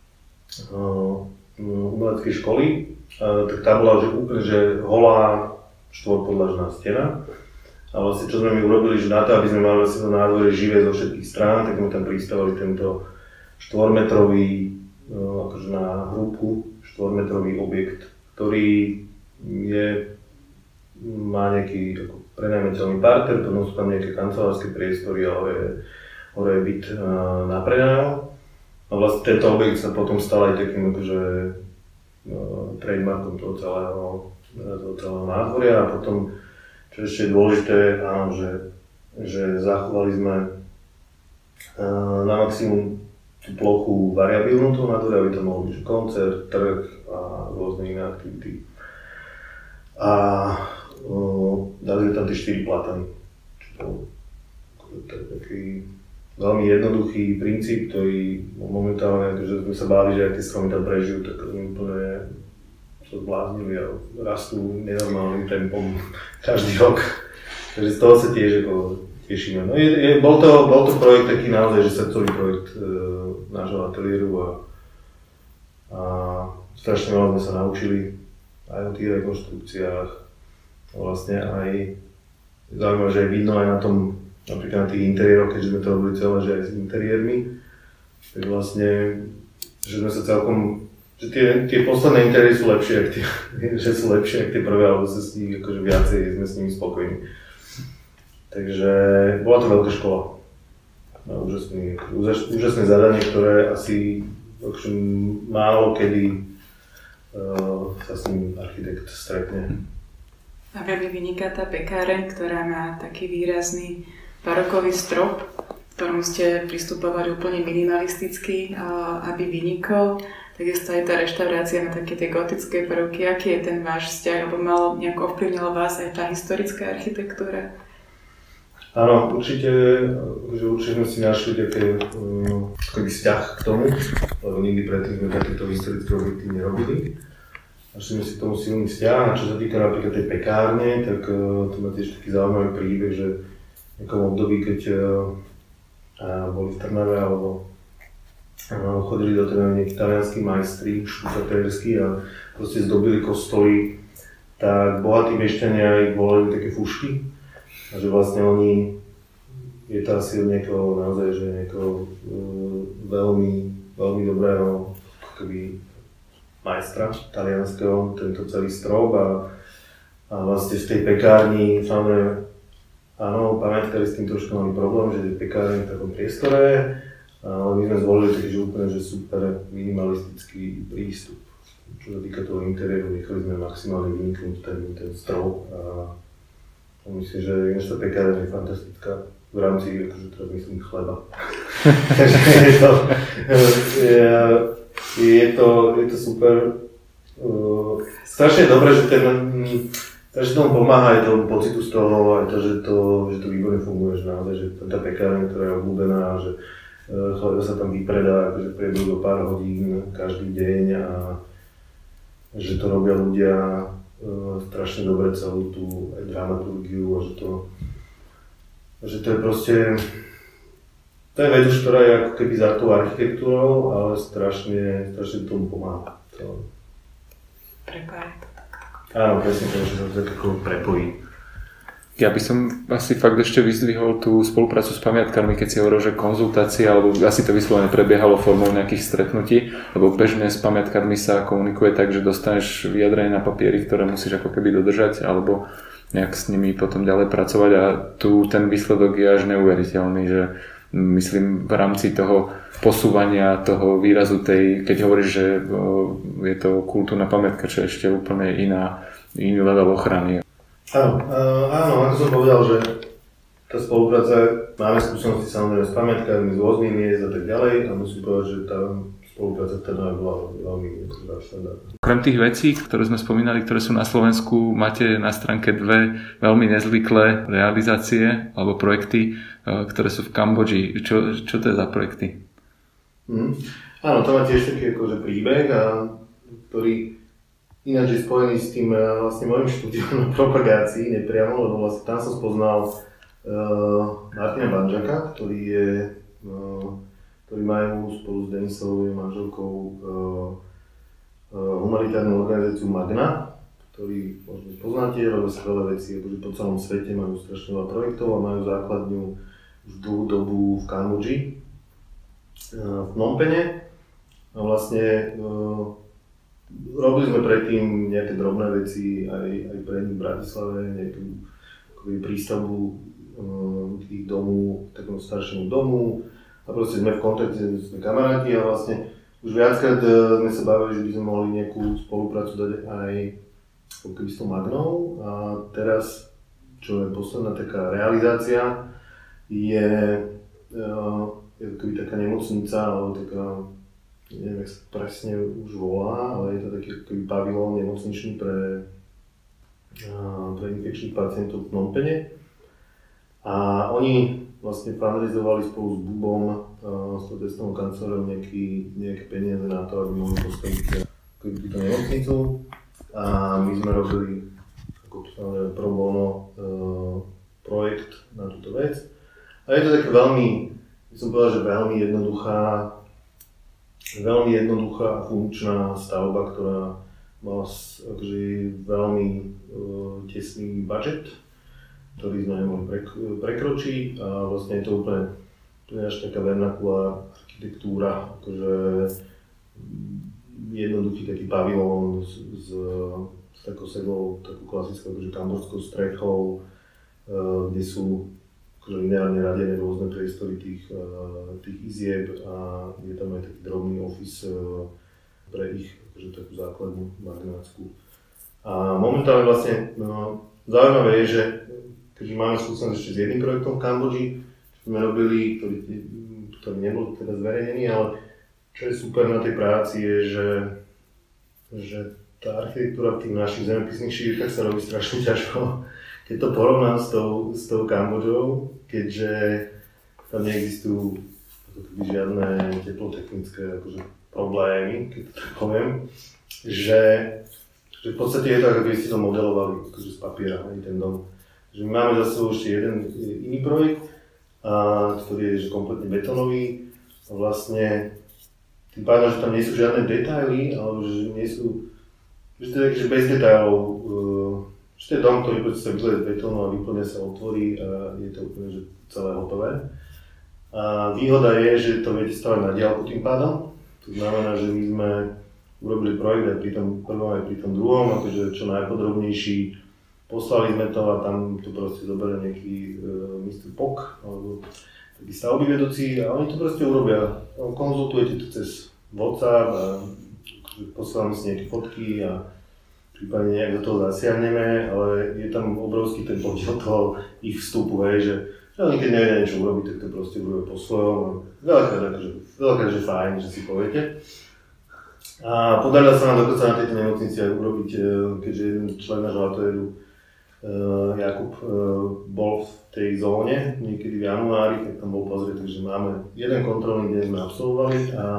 umeleckej školy, tak tá bola úplne holá štvorpodlažná stena. A vlastne čo sme my urobili, že na to, aby sme mali vlastne to nádvorie živé zo všetkých strán, tak sme tam pristavili tento 4-metrový, akože na hrúbku 4-metrový objekt, ktorý je má nejaký prenajmiteľný parter, potom sú tam nejaké kancelárske priestory, ale hore je byt na prenajom. A vlastne tento objekt sa potom stal aj takým akože trademarkom toho celého nádvoria a potom, čo ešte je dôležité, áno, že zachovali sme na maximum tú plochu variabilnú toho nádvoria, aby to mohol byť koncert, trh a rôzne iné aktivity. A dali sme tam tie 4 platany. To je taký veľmi jednoduchý princíp, ktorý momentálne, že sme sa báli, že aj tie stromy tam prežijú, tak oni úplne sa zbláznili a rastú nenormálnym tempom každý rok. Takže z toho sa tiež tešíme. No bol to projekt taký naozaj, že srdcový projekt nášho ateliéru a strašne veľa sme sa naučili aj o tých rekonštrukciách. Vlastne aj zaujímavé, že je vidno aj na tom, napríklad na tých interiéroch, keďže sme to robili celé, že aj s interiérmi, tak vlastne, že sme sa celkom, že tie posledné interiéry sú lepšie, že sú lepšie ako tie prvé, alebo sa s nimi akože viacej sme s nimi spokojní. Takže bola to veľká škola. Úžasné zadanie, ktoré asi akože málo kedy sa s ním architekt stretne. A veľmi vyniká tá pekáreň, ktorá má taký výrazný barokový strop, ktorom ste pristupovali úplne minimalisticky, aby vynikol. Takisto aj tá reštaurácia na také tie gotické prvky. Aký je ten váš vzťah, alebo nejako ovplyvnila vás aj tá historická architektúra? Áno, určite sme si našli taký vzťah k tomu, lebo nikdy predtým sme takéto historické objekty nerobili. Našli sme si k tomu silný vzťah, a čo sa týka napríklad tej pekárne, tak to má tiež taký zaujímavý príbeh, že v nejakom období, keď boli v Trnave alebo chodili do Trnavy nejakí talianskí majstri, štukatérsky a proste zdobili kostoly, tak bohatí mešťania ich volali také fušky. A že vlastne oni, je to asi od niekoho naozaj, že niekoho veľmi, veľmi dobrého majstra talianskeho, tento celý strop a vlastne v tej pekárni, samozrejme, áno, pamätkári s tým trošku mali problém, že je pekárne v takom priestore, ale my sme zvolili taký úplne že super minimalistický prístup. Čo sa týka toho interiéru, nechali sme maximálne vyniknúť ten strop a myslím, že ináč tá pekárne je fantastická v rámci, akože teraz myslím, chleba. Takže je to super. Strašne dobré, že takže tomu pomáha aj tomu pocitu z toho, aj to, že to výborne funguje, že naozaj, že tá pekárne, ktorá je obľúbená, že chleba sa tam vypredá akože v priebehu do pár hodín každý deň a že to robia ľudia strašne dobre celú tú aj dramaturgiu a že to je proste to je vec, ktorá je ako keby za tou architektúrou, ale strašne tomu pomáha. Prepája to tak. Áno, presne to, že sa to tak ako prepojí. Ja by som asi fakt ešte vyzdvihol tú spoluprácu s pamiatkármi, keď si hovoril, že konzultácia, alebo asi to vyslovene prebiehalo formou nejakých stretnutí, lebo bežne s pamiatkármi sa komunikuje tak, že dostaneš vyjadrenie na papieri, ktoré musíš ako keby dodržať, alebo nejak s nimi potom ďalej pracovať a tu ten výsledok je až neuveriteľný, že myslím v rámci toho posúvania toho výrazu tej, keď hovoríš, že je to kultúrna pamiatka, čo je ešte úplne iný level ochrany. Áno, ako som povedal, že tá spolupráca, máme skúsenosti samozrejme s pamätkami, z rôznych miest a tak ďalej a musím povedať, že tá spolupráca v Trnave bola veľmi štandardná. Okrem tých vecí, ktoré sme spomínali, ktoré sú na Slovensku, máte na stránke dve veľmi nezvyklé realizácie alebo projekty, ktoré sú v Kambodži. Čo to je za projekty? Áno, to má tiež taký akože príbeh, ktorý ináč je spojený s tým vlastne mojím štúdiom na propagácii, nepriamo, lebo vlastne tam som spoznal Martina Banžaka, ktorý majú spolu s Denisovou manželkou humanitárnu organizáciu Magna, ktorý možno poznáte, robia skvelé veci, akože po celom svete majú strašne veľa projektov a majú základňu už dlhú dobu v Kambodži, v Phnom Penh. A vlastne Robili sme predtým nejaké drobné veci aj pre nich v Bratislave, nejakú prístavbu tých domov, takému staršiemu domu a proste sme v kontakte, sme kamaráti a vlastne už viackrát sme sa bavili, že by sme mohli nejakú spoluprácu dať aj s tou Magnou a teraz, čo je posledná taká realizácia, je taká nemocnica, alebo taká, neviem, jak sa presne už volá, ale je to taký pavilón nemocničný pre infekčných pacientov v Phnom Penhe. A oni vlastne fundraizovali spolu s Bubom, s tou testovou kanceláriou nejaké peniaze na to, aby mohli postaviť túto nemocnicu. A my sme robili pro bono projekt na túto vec. A je to také veľmi, by som povedal, že veľmi jednoduchá a funkčná stavba, ktorá mala akože veľmi tesný budget, ktorý sme nemohli prekročiť a vlastne je to úplne až taká vernakulárna architektúra, akože jednoduchý taký pavilón s takou sedlou, takú klasickou akože kamborskou strechou, kde sú akože lineárne radené rôzne priestory tých izieb a je tam aj taký drobný office pre ich akože takú základnú magnátsku. A momentálne vlastne zaujímavé je, že keďže máme skúsenosť ešte s jedným projektom v Kambodži, sme robili, ktorý nebol teda zverejnený, ale čo je super na tej práci je, že tá architektúra v tých našich zemepisných šírkach sa robí strašne ťažko. Keď to porovnám s tou Kambodžou, keďže tam neexistujú žiadne teplotechnické akože problémy, keď to tak poviem, že v podstate je to, ako by ste to modelovali akože z papiera, aj ten dom. Že my máme za sebou ešte jeden iný projekt, ktorý je kompletne betónový a vlastne tým pádom, že tam nie sú žiadne detaily, alebo že nie sú, že to je bez detailov, že to je dom, ktorý sa vyleje z betónu a úplne sa otvorí a je to úplne že celé hotové. A výhoda je, že to viete stavať na diaľku tým pádom, to znamená, že my sme urobili projekt aj pri tom prvom, aj pri tom druhom, akože čo najpodrobnejší. Poslali sme to a tam to proste zoberie nejaký Mr. Pok, alebo taký stavby vedúci a oni to proste urobia. Konzultujete to cez WhatsApp a posielame si nejaké fotky a prípadne nejak do toho zasiahneme, ale je tam obrovský ten podiel toho ich vstupu, že oni keď nevedia niečo urobiť, tak to proste urobia po svojom. Veľakrát, že fajn, že si poviete. A podarilo sa nám dokonca na tejto nemocnici aj urobiť, keďže jeden člen nášho ateliéru Jakub bol v tej zóne niekedy v januári, tak tam bol pozrieť, takže máme jeden kontrolný deň sme absolvovali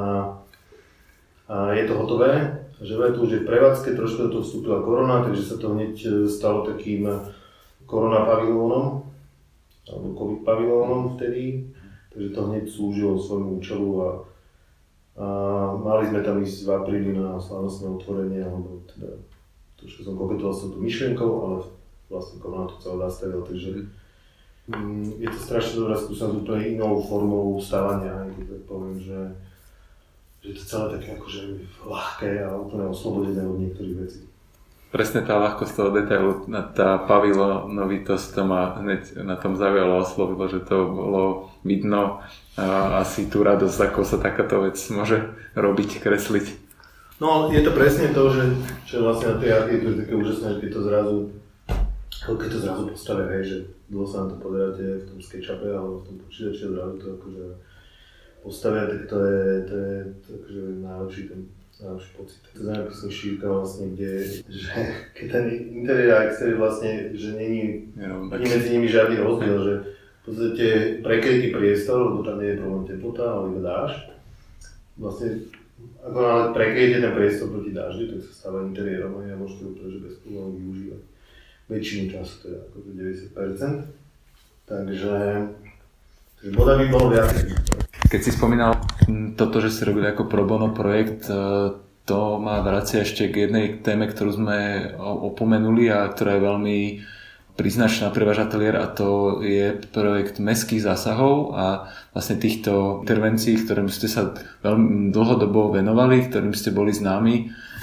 a je to hotové. Že tu už je v prevádzke, trošku do toho vstúpila korona, takže sa to hneď stalo takým korona pavilónom, alebo covid pavilónom vtedy, takže to hneď slúžilo svojmu účelu a mali sme tam ísť v apríli na slávnostné otvorenie, alebo teda trošku som koketoval s touto myšlienkou, ale vlastne korona to celé zastavil, takže je to strašne dobrá skúsenosť úplne inou formou stávania, keď tak poviem, že je to celé také akože ľahké a úplne oslobodené od niektorých vecí. Presne tá ľahkosť toho detailu, tá pavilónovitosť to ma hneď na tom zaujalo, oslovilo, že to bolo vidno a asi tú radosť, ako sa takáto vec môže robiť, kresliť. No je to presne to, že vlastne na tej architektúre je také úžasné, keď to zrazu postavia, že dlho sa na to pozeráte v tom SketchUpe alebo v tom počítači a zrazu to akože postavia, tak to je akože najlepší pocit. To je najlepší šírka vlastne, kde, že keď ten interiér a exteriér vlastne, že není medzi nimi žiadny rozdiel, že v podstate prekrytý priestor, lebo tam nie je problém teplota, ale iba dážď. Vlastne ako náhle prekryjete ten priestor proti dáždi, tak sa stáva interiérom a môžete ho úplne bez problémov využívať. Väčšinu času, teda akože 90%. Takže boda by bolo viac. Keď si spomínal toto, že si robili ako pro bono projekt, to ma vracia ešte k jednej téme, ktorú sme opomenuli a ktorá je veľmi príznačná pre váš ateliér, a to je projekt mestských zásahov a vlastne týchto intervencií, ktorým ste sa veľmi dlhodobo venovali, ktorým ste boli známi.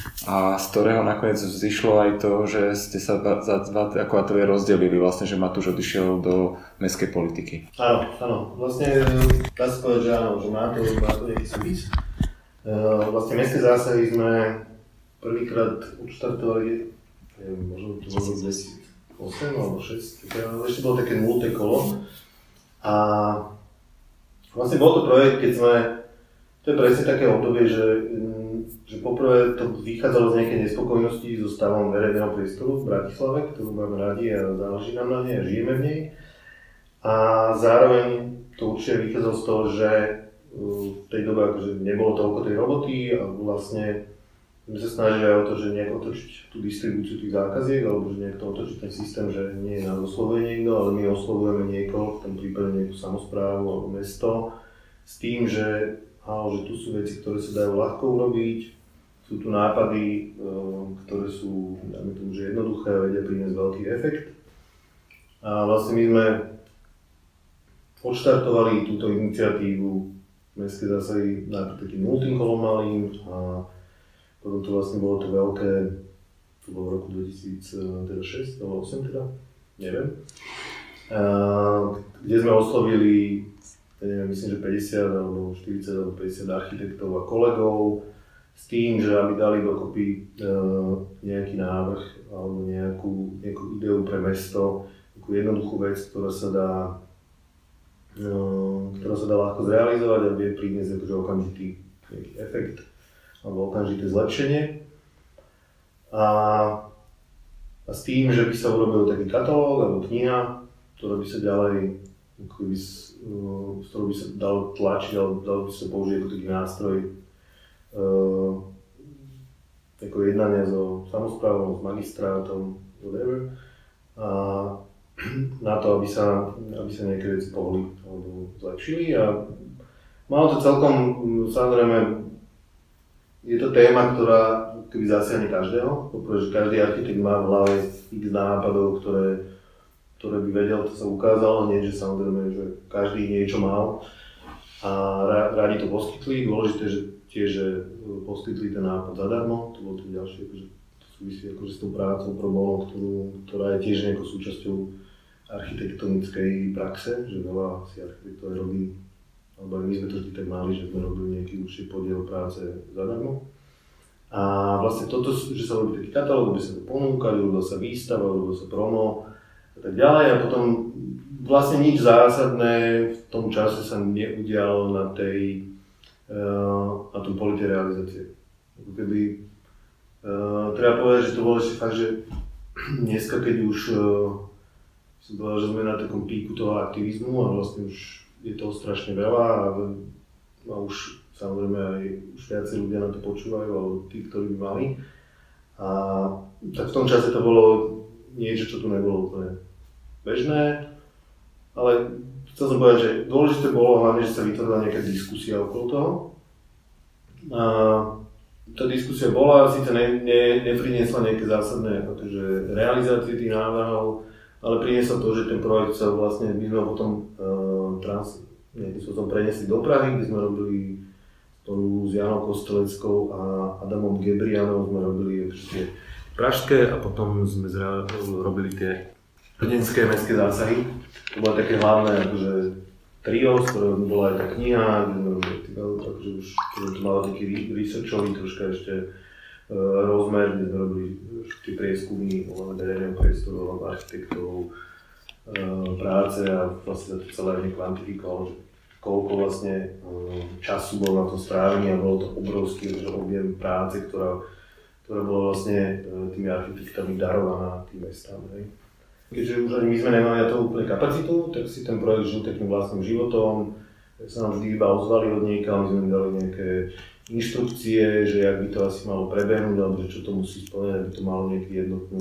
a z ktorého nakoniec vzýšlo aj to, že ste sa ako ateliér rozdelili, vlastne, že Matúš odišiel do mestskej politiky. Áno. Vlastne dá sa povedať, že áno, že má to nejaký súvis. Vlastne mestské zásahy sme prvýkrát odštartovali, možno to bolo 2008 alebo 2006, ešte bolo také 0. kolo. A vlastne bol to projekt, keď sme, to je presne také obdobie, že poprvé to vychádzalo z nejakej nespokojnosti so stavom verejného priestoru v Bratislave, ktorú máme radi a záleží nám na nej a žijeme v nej. A zároveň to určite vychádzalo z toho, že v tej dobe akože nebolo toľko tej roboty a vlastne my sa snažili aj o to, že nejak otočiť tú distribúciu tých zákaziek alebo že nejak to otočiť ten systém, že nie je nás oslovuje niekto, ale my oslovujeme niekoho, v tom prípade nejakú samosprávu alebo mesto s tým, že tu sú veci, ktoré sa dajú ľahko urobiť, sú tu nápady, ktoré sú, dajme tomu, že jednoduché a vedia priniesť veľký efekt. A vlastne my sme odštartovali túto iniciatívu mestské zásahy najprv takým 0. kolom malým a potom to vlastne bolo to veľké, to bolo v roku 2006 alebo 2008 teda, neviem, kde sme oslovili, myslím, že 50 alebo 40 alebo 50 architektov a kolegov s tým, že aby dali dokopy nejaký návrh alebo nejakú ideu pre mesto, takú jednoduchú vec, ktorá sa dá ľahko zrealizovať a vie priniesť akože okamžitý nejaký efekt alebo okamžité zlepšenie. A s tým, že by sa urobil taký katalóg alebo kniha, ktorá by sa ďalej, s ktorou by sa dal tlačiť alebo dal by sa použiť ako taký nástroj ako jednania so samosprávou, s magistrátom, whatever. A na to, aby sa nejaké veci pohli alebo zlepšili a malo to celkom, samozrejme, je to téma, ktorá keby zasiahne každého, pretože každý architekt má v hlave x nápadov, ktoré by vedel, to sa ukázalo, nie že samozrejme, že každý niečo mal a radi to poskytli, dôležité, že tiež poskytli ten nápad zadarmo, to bolo to ďalšie, akože to súvisí akože s tou prácou pro bono, ktorá je tiež nejakou súčasťou architektonickej praxe, že veľa si architektov robí, alebo aj my sme to vždy tak mali, že sme robili nejaký určitý podiel práce zadarmo. A vlastne toto, že sa robí taký katalóg, kde sa to ponúkali, robila sa výstava, robila sa promo a tak ďalej a potom vlastne nič zásadné v tom čase sa neudialo na tom poli tej realizácie. Treba povedať, že to bolo ešte fakt, že dneska, keď už som povedal, že sme na takom píku toho aktivizmu a vlastne už je toho strašne veľa a už samozrejme aj už viacej ľudia na to počúvajú, alebo tí, ktorí by mali. A tak v tom čase to bolo niečo, čo tu nebolo úplne bežné, ale chcel som povedať, že dôležité bolo hlavne, že sa vytvorila nejaká diskusia okolo toho. A tá diskusia bola, síce nepriniesla nejaké zásadné akože realizácie tých návrhov, ale prinieslo to, že ten projekt sa vlastne, my sme ho potom nejakým spôsobom prenesli do Prahy, kde sme robili spolu s Janou Kosteleckou a Adamom Gebrianom sme robili tie pražské a potom sme robili tie plzeňské mestské zásahy. To bolo také hlavné akože trio, z ktorého bola aj tá kniha, kde sme robili akože už to malo taký researchový troška ešte rozmer, kde sme robili tie prieskumy ohľadom verejného priestoru, ohľadom architektov, práce a vlastne to celé nekvantifikovalo, že koľko vlastne času bolo na to strávenie a bolo to obrovský objem práce, ktorá bola vlastne tými architektami darovaná tým mestám. Keďže už ani my sme nemali na to úplne kapacitu, tak si ten projekt žil takým vlastným životom, tak sa nám vždy iba ozvali od niekaľ, my sme dali nejaké inštrukcie, že jak by to asi malo prebehnúť, alebo že čo to musí splňať, aby to malo nejakú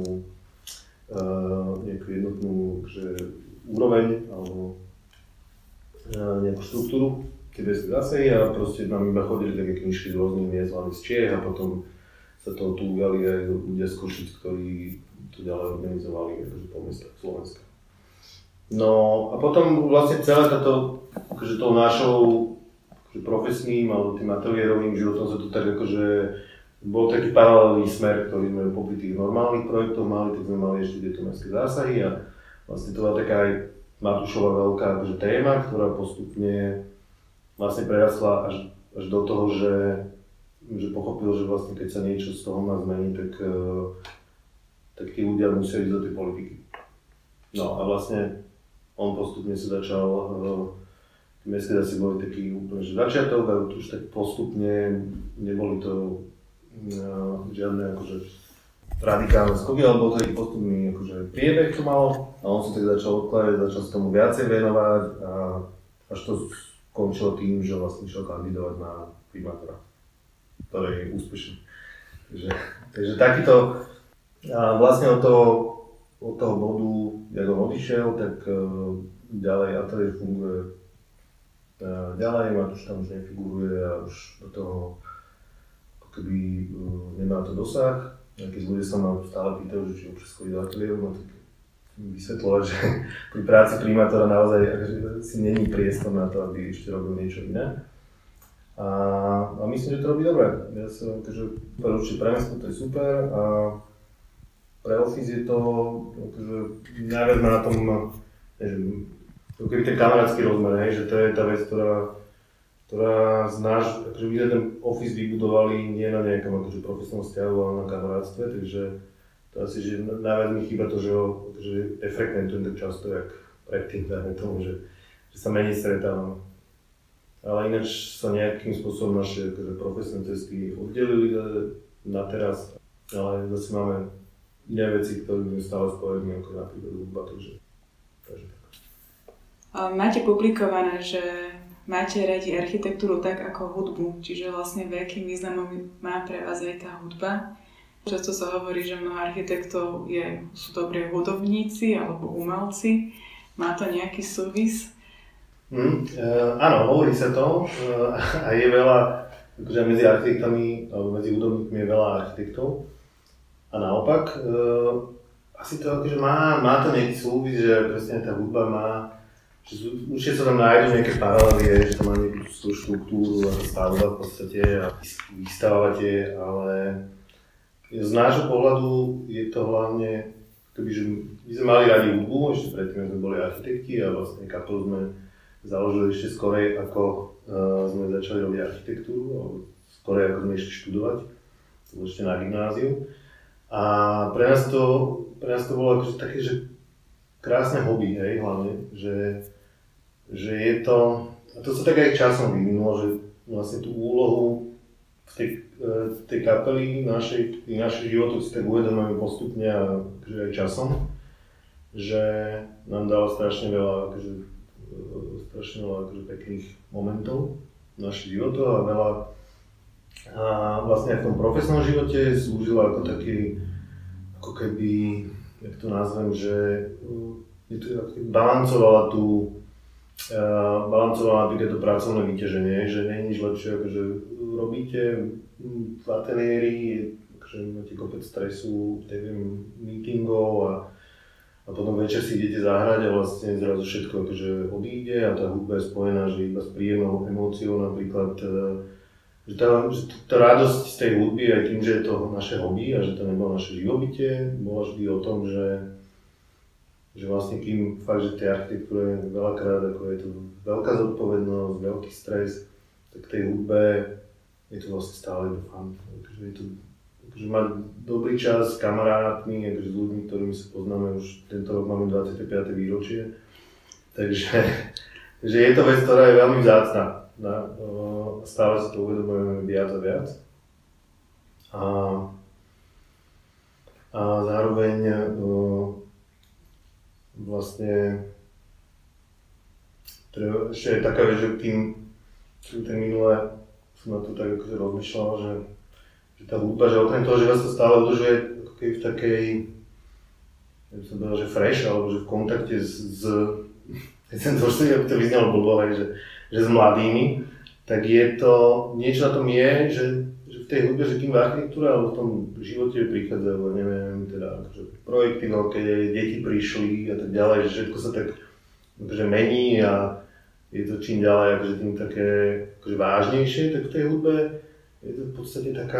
jednotnú že úroveň alebo nejakú štruktúru, keď sme zase a proste nám iba chodili také knižky z rôznych miest, hlavne z Čiech a potom sa toho tu ujali aj ľudia z Košic, ktorí to ďalej organizovali po mestách Slovenska. No a potom vlastne celé táto, akože tou našou profesným alebo tým ateliérovým životom sa to tak akože bol taký paralelný smer, ktorý sme popri tých normálnych projektoch mali, tak sme mali ešte tieto mestské zásahy a vlastne to bola taká aj Matúšova veľká akože téma, ktorá postupne vlastne prerastla až do toho, že pochopil, že vlastne keď sa niečo z toho má zmeniť, tak tí ľudia musia ísť do tej politiky. No a vlastne on postupne sa začal, tie mestské zásahy boli taký úplne že začiatok a už tak postupne neboli to žiadne akože radikálne skoky, ale bol to taký postupný akože priebeh to malo a on sa tak začal odkladať, začal sa tomu viacej venovať a až to skončilo tým, že vlastne išiel kandidovať na primátora, ktorý je úspešný. Takže takýto, a vlastne od toho bodu, jak on odišiel, tak ďalej ateliér funguje ďalej, Matúš tam už nefiguruje a už do toho keby nemá to dosah. Keď ľudia sa ma stále pýtajú, že či občas chodí do ateliéru, no tak vysvetľovať, že pri práci primátora naozaj si není priestor na to, aby ešte robil niečo iné. A myslím, že to robí dobre. Ja sa akože určite pre mesto to je super a pre office je to akože najviac na tom, keby ten kamarátsky rozmer, že to je tá vec, ktorá z náš, akože my ten office vybudovali nie na nejakom akože profesionálnom vzťahu, ale na kamarátstve, takže to asi, že najviac mi chýba to, že ho akože efrekventujem tak často, jak predtým, dajme tomu, že sa menej stretávam. Ale ináč sa nejakým spôsobom naše akože profesné cesty oddelili na teraz, ale zase máme iné veci, ktoré sme stále spojení, ako napríklad hudba, takže tak. Máte publikované, že máte radi architektúru tak ako hudbu, čiže vlastne veľkým významom má pre vás aj tá hudba. Často sa hovorí, že mnoho architektov sú dobrí hudobníci alebo umelci. Má to nejaký súvis? Áno, hovorí sa to a je veľa, akože medzi architektami alebo medzi hudobníkmi je veľa architektov. A naopak, asi to akože má to nejaký súvis, že presne tá hudba má, že určite sa tam nájdú nejaké paralely, že to má nejakú štruktúru a stavba v podstate a vystavovate, ale z nášho pohľadu je to hlavne, že my sme mali radi hudbu, ešte predtým sme boli architekti a vlastne kapelu sme založili ešte skorej, ako sme začali robiť architektúru, alebo skorej, ako sme išli študovať, to bolo ešte na gymnáziu. A pre nás to bolo akože také, že krásne hobby, hej, hlavne, že je to, a to sa tak aj časom vyvinulo, že vlastne tú úlohu v tej kapely našej životu si tak uvedomujeme postupne a akože aj časom, že nám dalo strašne veľa akože pekných momentov v našich životoch a veľa a vlastne aj v tom profesnom živote slúžilo ako taký, ako keby, jak to nazvem, že balancovala napríklad to pracovné vyťaženie, že nie je nič lepšie, akože robíte v ateliéri, akože máte kopec stresu, neviem, meetingov a potom večer si idete zahrať a vlastne zrazu všetko akože odíde a tá hudba je spojená, že iba s príjemnou emóciou napríklad, že tá radosť z tej hudby aj tým, že je to naše hobby a že to nebolo naše živobytie, bola vždy o tom, že vlastne kým fakt, že tej architektúre veľakrát ako je to veľká zodpovednosť, veľký stres, tak tej hudbe je to vlastne stále iba fun. Takže je to akože mať dobrý čas s kamarátmi, akože s ľuďmi, ktorými sa poznáme, už tento rok máme 25. výročie. Takže je to vec, ktorá je veľmi vzácna. Stále si to uvedomujeme viac a viac. A zároveň vlastne ešte je taká vec, že tým minule som na to tak akože rozmýšľal, že tá hudba, že okrem toho, že vás to stále udržuje ako keby v takej, ja by som povedal, že fresh, alebo že v kontakte keď som to už to vyznalo blbo, že s mladými, tak je to, niečo na tom je, že v tej hudbe, že kým v architektúre alebo v tom živote prichádzajú, neviem, teda akože projekty veľké, deti prišli a tak ďalej, že všetko sa tak akože mení a je to čím ďalej akože tým také akože vážnejšie, tak v tej hudbe je to v podstate taký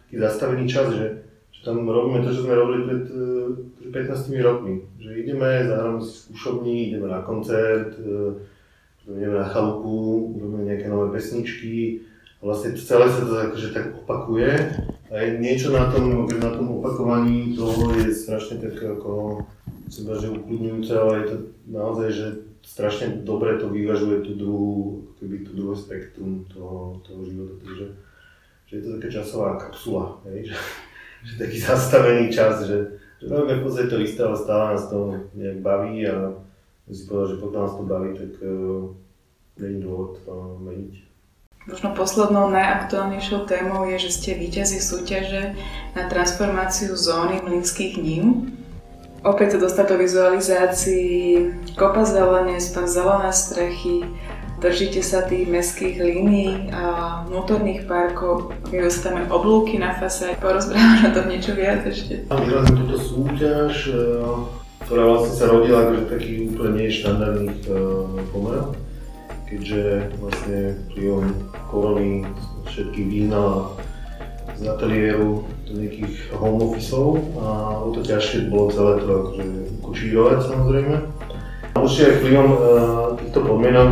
taký zastavený čas, že tam robíme to, čo sme robili pred 15 rokmi. Že ideme, zahráme si skúšovní, ideme na koncert, ideme na chalupu, robíme nejaké nové pesničky. Vlastne celé sa to akože tak opakuje a je niečo na tom opakovaní toho je strašne tak ako seba, že ukludňujúce, ale je to naozaj, že strašne dobre to vyvažuje tú druhé spektrum toho života. Takže že je to taká časová kapsula, hej? Že taký zastavený čas, že robíme v podstate to isté, ale stále nás to nejak baví a si povedal, že pokiaľ nás to baví, tak není dôvod to meniť. Možno poslednou najaktuálnejšou témou je, že ste víťazi súťaže na transformáciu zóny Mlynských nív. Opäť sa dostal do vizualizácií kopa zelene, zelené strechy, držíte sa tých mestských línií a vnútorných parkov, keď dostaneme oblúky na fasáde. Porozprávaš o tom niečo viac ešte? Vyrazím túto súťaž, ktorá vlastne sa rodila akože takých úplne neštandardných pomerov, keďže vlastne vplyvom korony všetkých vyhnala z ateliéru do nejakých home officeov a o to ťažšie bolo celé to akože kočírovať samozrejme. Určite aj vplyvom týchto podmienok,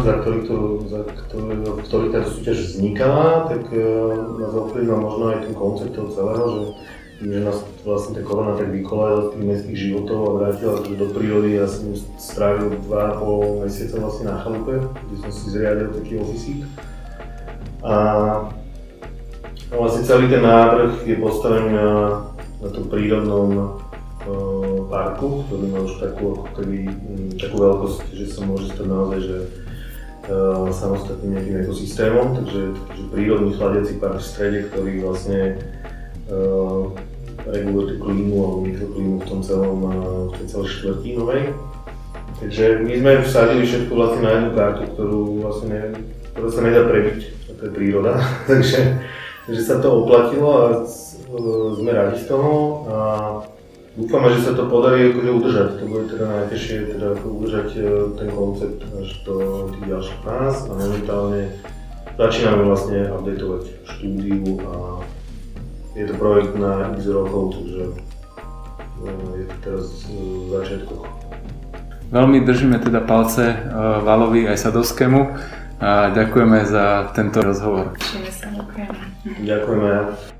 v ktorých táto súťaž vznikala, tak nás ovplyvnil možno aj ten koncept toho celého, že nás vlastne tá korona tak vykolajila z tých mestských životov a vrátila do prírody. Ja som strávil 2,5 mesiaca vlastne na chalupe, kde som si zriadil taký ofisík. A vlastne celý ten návrh je postavený na tom prírodnom parku, ktorý má už takú veľkosť, že sa môže stať naozaj, že samostatným nejakým ekosystémom, takže prírodný chladiaci park v strede, ktorý vlastne reguluje tú klímu alebo mikroklímu v tom v tej celej štvrti novej. Takže my sme vsadili všetko vlastne na jednu kartu, ktorá sa nedá prebiť, a to je príroda, takže sa to oplatilo a sme radi z toho. A dúfame, že sa to podarí akože udržať. To bude teda najťažšie, teda ako udržať ten koncept až do tých ďalších fáz a momentálne začíname vlastne updateovať štúdiu a je to projekt na x rokov, takže je to teraz v začiatkoch. Veľmi držíme teda palce Valovi aj Sadovskému a ďakujeme za tento rozhovor. Ďakujeme. Ďakujeme.